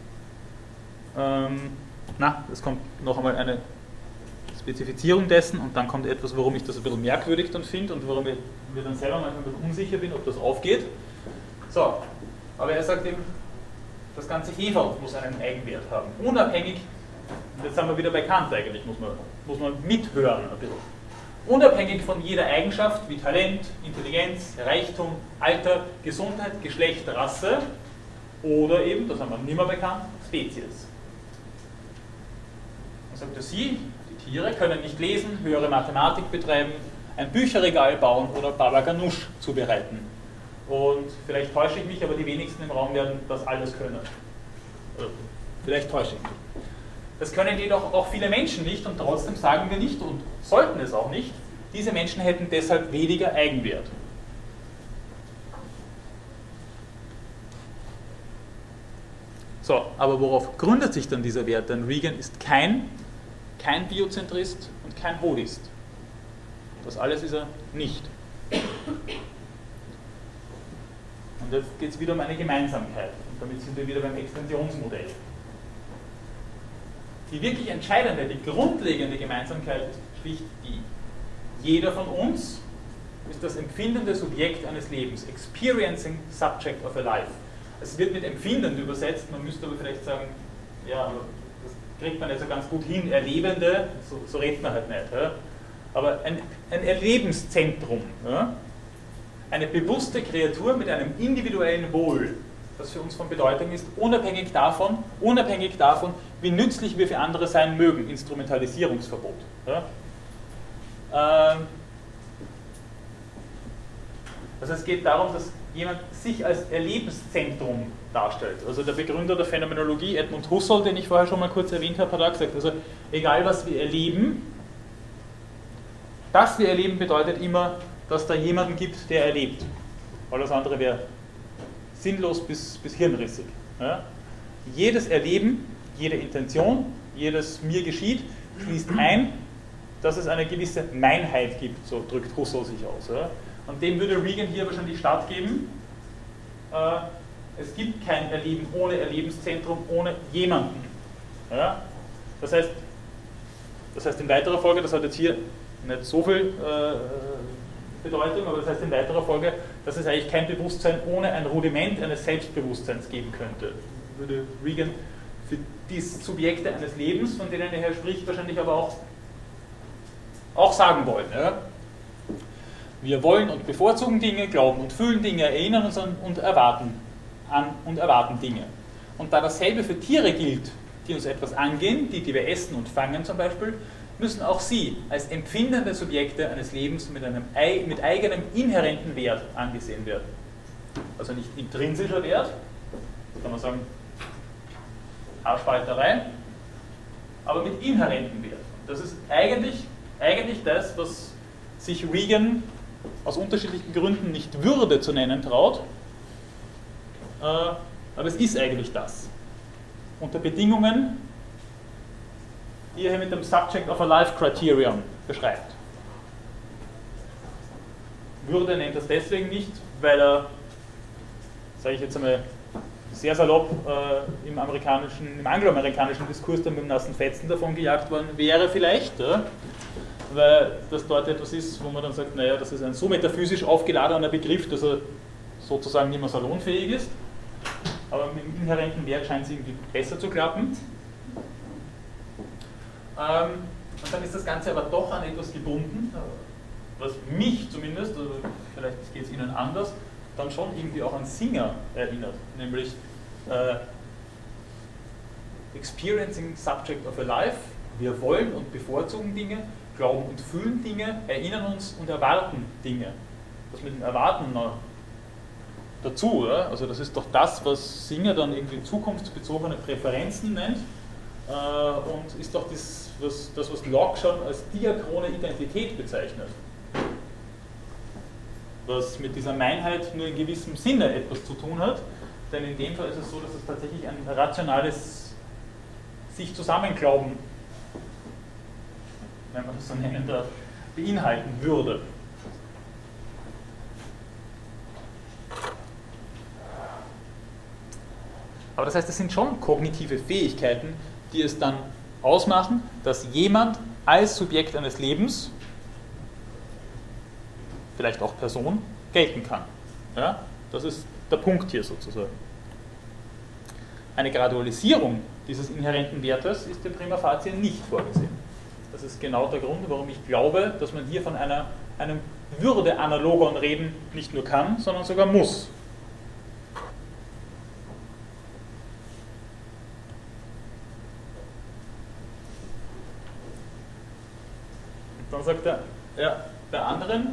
Es kommt noch einmal eine Spezifizierung dessen und dann kommt etwas, warum ich das ein bisschen merkwürdig dann finde und warum ich mir dann selber manchmal ein bisschen unsicher bin, ob das aufgeht. So, aber er sagt eben, das ganze Heferl muss einen Eigenwert haben. Unabhängig, jetzt sind wir wieder bei Kant eigentlich, muss man mithören ein bisschen. Unabhängig von jeder Eigenschaft wie Talent, Intelligenz, Reichtum, Alter, Gesundheit, Geschlecht, Rasse oder eben, das haben wir nicht mehr bekannt, Spezies. Dann sagt er, Sie, die Tiere, können nicht lesen, höhere Mathematik betreiben, ein Bücherregal bauen oder Baba Ganoush zubereiten. Und vielleicht täusche ich mich, aber die wenigsten im Raum werden das alles können. Vielleicht täusche ich mich. Das können jedoch auch viele Menschen nicht und trotzdem sagen wir nicht und sollten es auch nicht, diese Menschen hätten deshalb weniger Eigenwert. So, aber worauf gründet sich dann dieser Wert? Denn Regan ist kein Biozentrist und kein Hodist. Das alles ist er nicht. Und jetzt geht es wieder um eine Gemeinsamkeit. Und damit sind wir wieder beim Extensionsmodell. Die wirklich entscheidende, die grundlegende Gemeinsamkeit ist schlicht die. Jeder von uns ist das empfindende Subjekt eines Lebens. Experiencing subject of a life. Es wird mit empfindend übersetzt, man müsste aber vielleicht sagen, ja, aber das kriegt man nicht so ganz gut hin, Erlebende, so redet man halt nicht. Ja? Aber ein Erlebenszentrum. Ja? Eine bewusste Kreatur mit einem individuellen Wohl, das für uns von Bedeutung ist, unabhängig davon, wie nützlich wir für andere sein mögen. Instrumentalisierungsverbot. Ja? Also es geht darum, dass jemand sich als Erlebenszentrum darstellt. Also der Begründer der Phänomenologie, Edmund Husserl, den ich vorher schon mal kurz erwähnt habe, hat auch gesagt, also egal was wir erleben, das wir erleben bedeutet immer, dass da jemanden gibt, der erlebt. Alles andere wäre sinnlos bis hirnrissig. Ja? Jedes Erleben, jede Intention, jedes mir geschieht, schließt ein, dass es eine gewisse Meinheit gibt, so drückt Husserl sich aus. Ja? Und dem würde Regan hier wahrscheinlich stattgeben. Es gibt kein Erleben ohne Erlebenszentrum, ohne jemanden. Ja? Das heißt in weiterer Folge, das hat jetzt hier nicht so viel Bedeutung, aber das heißt in weiterer Folge, dass es eigentlich kein Bewusstsein ohne ein Rudiment eines Selbstbewusstseins geben könnte. Würde Regan für die Subjekte eines Lebens, von denen er hier spricht, wahrscheinlich aber auch sagen wollen. Ja? Wir wollen und bevorzugen Dinge, glauben und fühlen Dinge, erinnern uns an und erwarten Dinge. Und da dasselbe für Tiere gilt, die uns etwas angehen, die wir essen und fangen zum Beispiel, müssen auch sie als empfindende Subjekte eines Lebens mit eigenem inhärenten Wert angesehen werden. Also nicht intrinsischer Wert, kann man sagen, Haarspalterei, aber mit inhärentem Wert. Das ist eigentlich das, was sich Regan aus unterschiedlichen Gründen nicht Würde zu nennen traut, aber es ist eigentlich das. Unter Bedingungen, die er hier mit dem Subject of a Life Criterion beschreibt. Würde nennt das deswegen nicht, weil er, sage ich jetzt einmal sehr salopp, im angloamerikanischen Diskurs dann mit dem nassen Fetzen davon gejagt worden wäre vielleicht, ja, weil das dort etwas ist, wo man dann sagt, naja, das ist ein so metaphysisch aufgeladener Begriff, dass er sozusagen nicht mehr salonfähig ist, aber mit dem inhärenten Wert scheint es irgendwie besser zu klappen. Und dann ist das Ganze aber doch an etwas gebunden, was mich zumindest, also vielleicht geht es Ihnen anders, dann schon irgendwie auch an Singer erinnert, nämlich Experiencing Subject of a Life Wir wollen und bevorzugen Dinge, glauben und fühlen Dinge, erinnern uns und erwarten Dinge. Das mit dem Erwarten noch dazu, oder? Also das ist doch das, was Singer dann irgendwie zukunftsbezogene Präferenzen nennt, und ist doch das, was Locke schon als diachrone Identität bezeichnet. Was mit dieser Meinheit nur in gewissem Sinne etwas zu tun hat, denn in dem Fall ist es so, dass es tatsächlich ein rationales sich zusammenglauben, wenn man das so nennen darf, beinhalten würde. Aber das heißt, es sind schon kognitive Fähigkeiten, die es dann ausmachen, dass jemand als Subjekt eines Lebens, vielleicht auch Person, gelten kann. Ja? Das ist der Punkt hier sozusagen. Eine Gradualisierung dieses inhärenten Wertes ist dem Prima facie nicht vorgesehen. Das ist genau der Grund, warum ich glaube, dass man hier von einem Würde-Analogon reden nicht nur kann, sondern sogar muss. Dann sagt er, ja, bei anderen,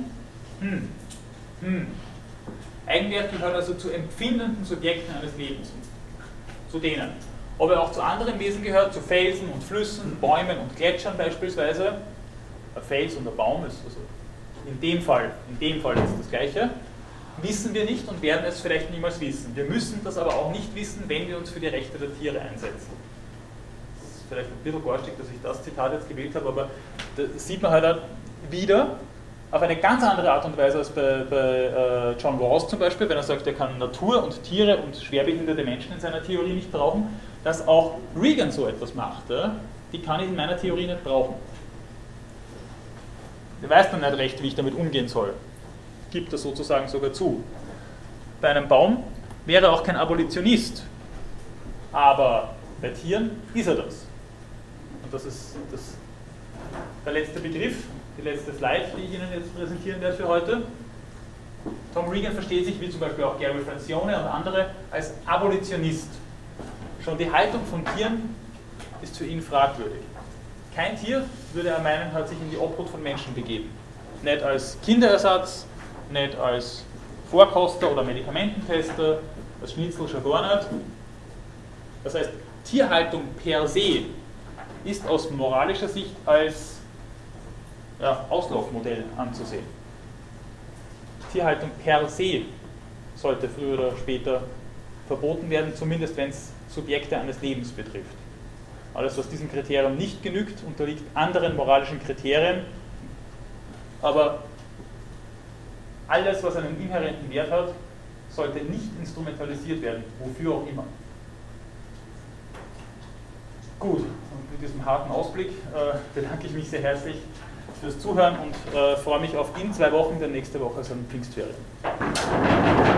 Eigenwert gehört also zu empfindenden Subjekten eines Lebens, zu denen. Ob er auch zu anderen Wesen gehört, zu Felsen und Flüssen, Bäumen und Gletschern beispielsweise, ein Fels und ein Baum ist also in dem Fall ist das Gleiche, wissen wir nicht und werden es vielleicht niemals wissen. Wir müssen das aber auch nicht wissen, wenn wir uns für die Rechte der Tiere einsetzen. Das ist vielleicht ein bisschen garstig, dass ich das Zitat jetzt gewählt habe, aber das sieht man halt wieder auf eine ganz andere Art und Weise als bei John Rawls zum Beispiel, wenn er sagt, er kann Natur und Tiere und schwerbehinderte Menschen in seiner Theorie nicht brauchen, dass auch Regan so etwas macht. Die kann ich in meiner Theorie nicht brauchen. Ich weiß dann nicht recht, wie ich damit umgehen soll. Gibt das sozusagen sogar zu. Bei einem Baum wäre er auch kein Abolitionist, aber bei Tieren ist er das. Und das ist der letzte Begriff, die letzte Slide, die ich Ihnen jetzt präsentieren werde für heute. Tom Regan versteht sich, wie zum Beispiel auch Gary Francione und andere, als Abolitionist. Schon die Haltung von Tieren ist für ihn fragwürdig. Kein Tier, würde er meinen, hat sich in die Obhut von Menschen begeben. Nicht als Kinderersatz, nicht als Vorkoster oder Medikamententester, als Schnitzel schon gar nicht. Das heißt, Tierhaltung per se ist aus moralischer Sicht als Auslaufmodell anzusehen. Tierhaltung per se sollte früher oder später verboten werden, zumindest wenn es Subjekte eines Lebens betrifft. Alles, was diesem Kriterium nicht genügt, unterliegt anderen moralischen Kriterien, aber alles, was einen inhärenten Wert hat, sollte nicht instrumentalisiert werden, wofür auch immer. Gut, und mit diesem harten Ausblick bedanke ich mich sehr herzlich fürs Zuhören und freue mich auf in 2 Wochen, denn nächste Woche sind Pfingstferien.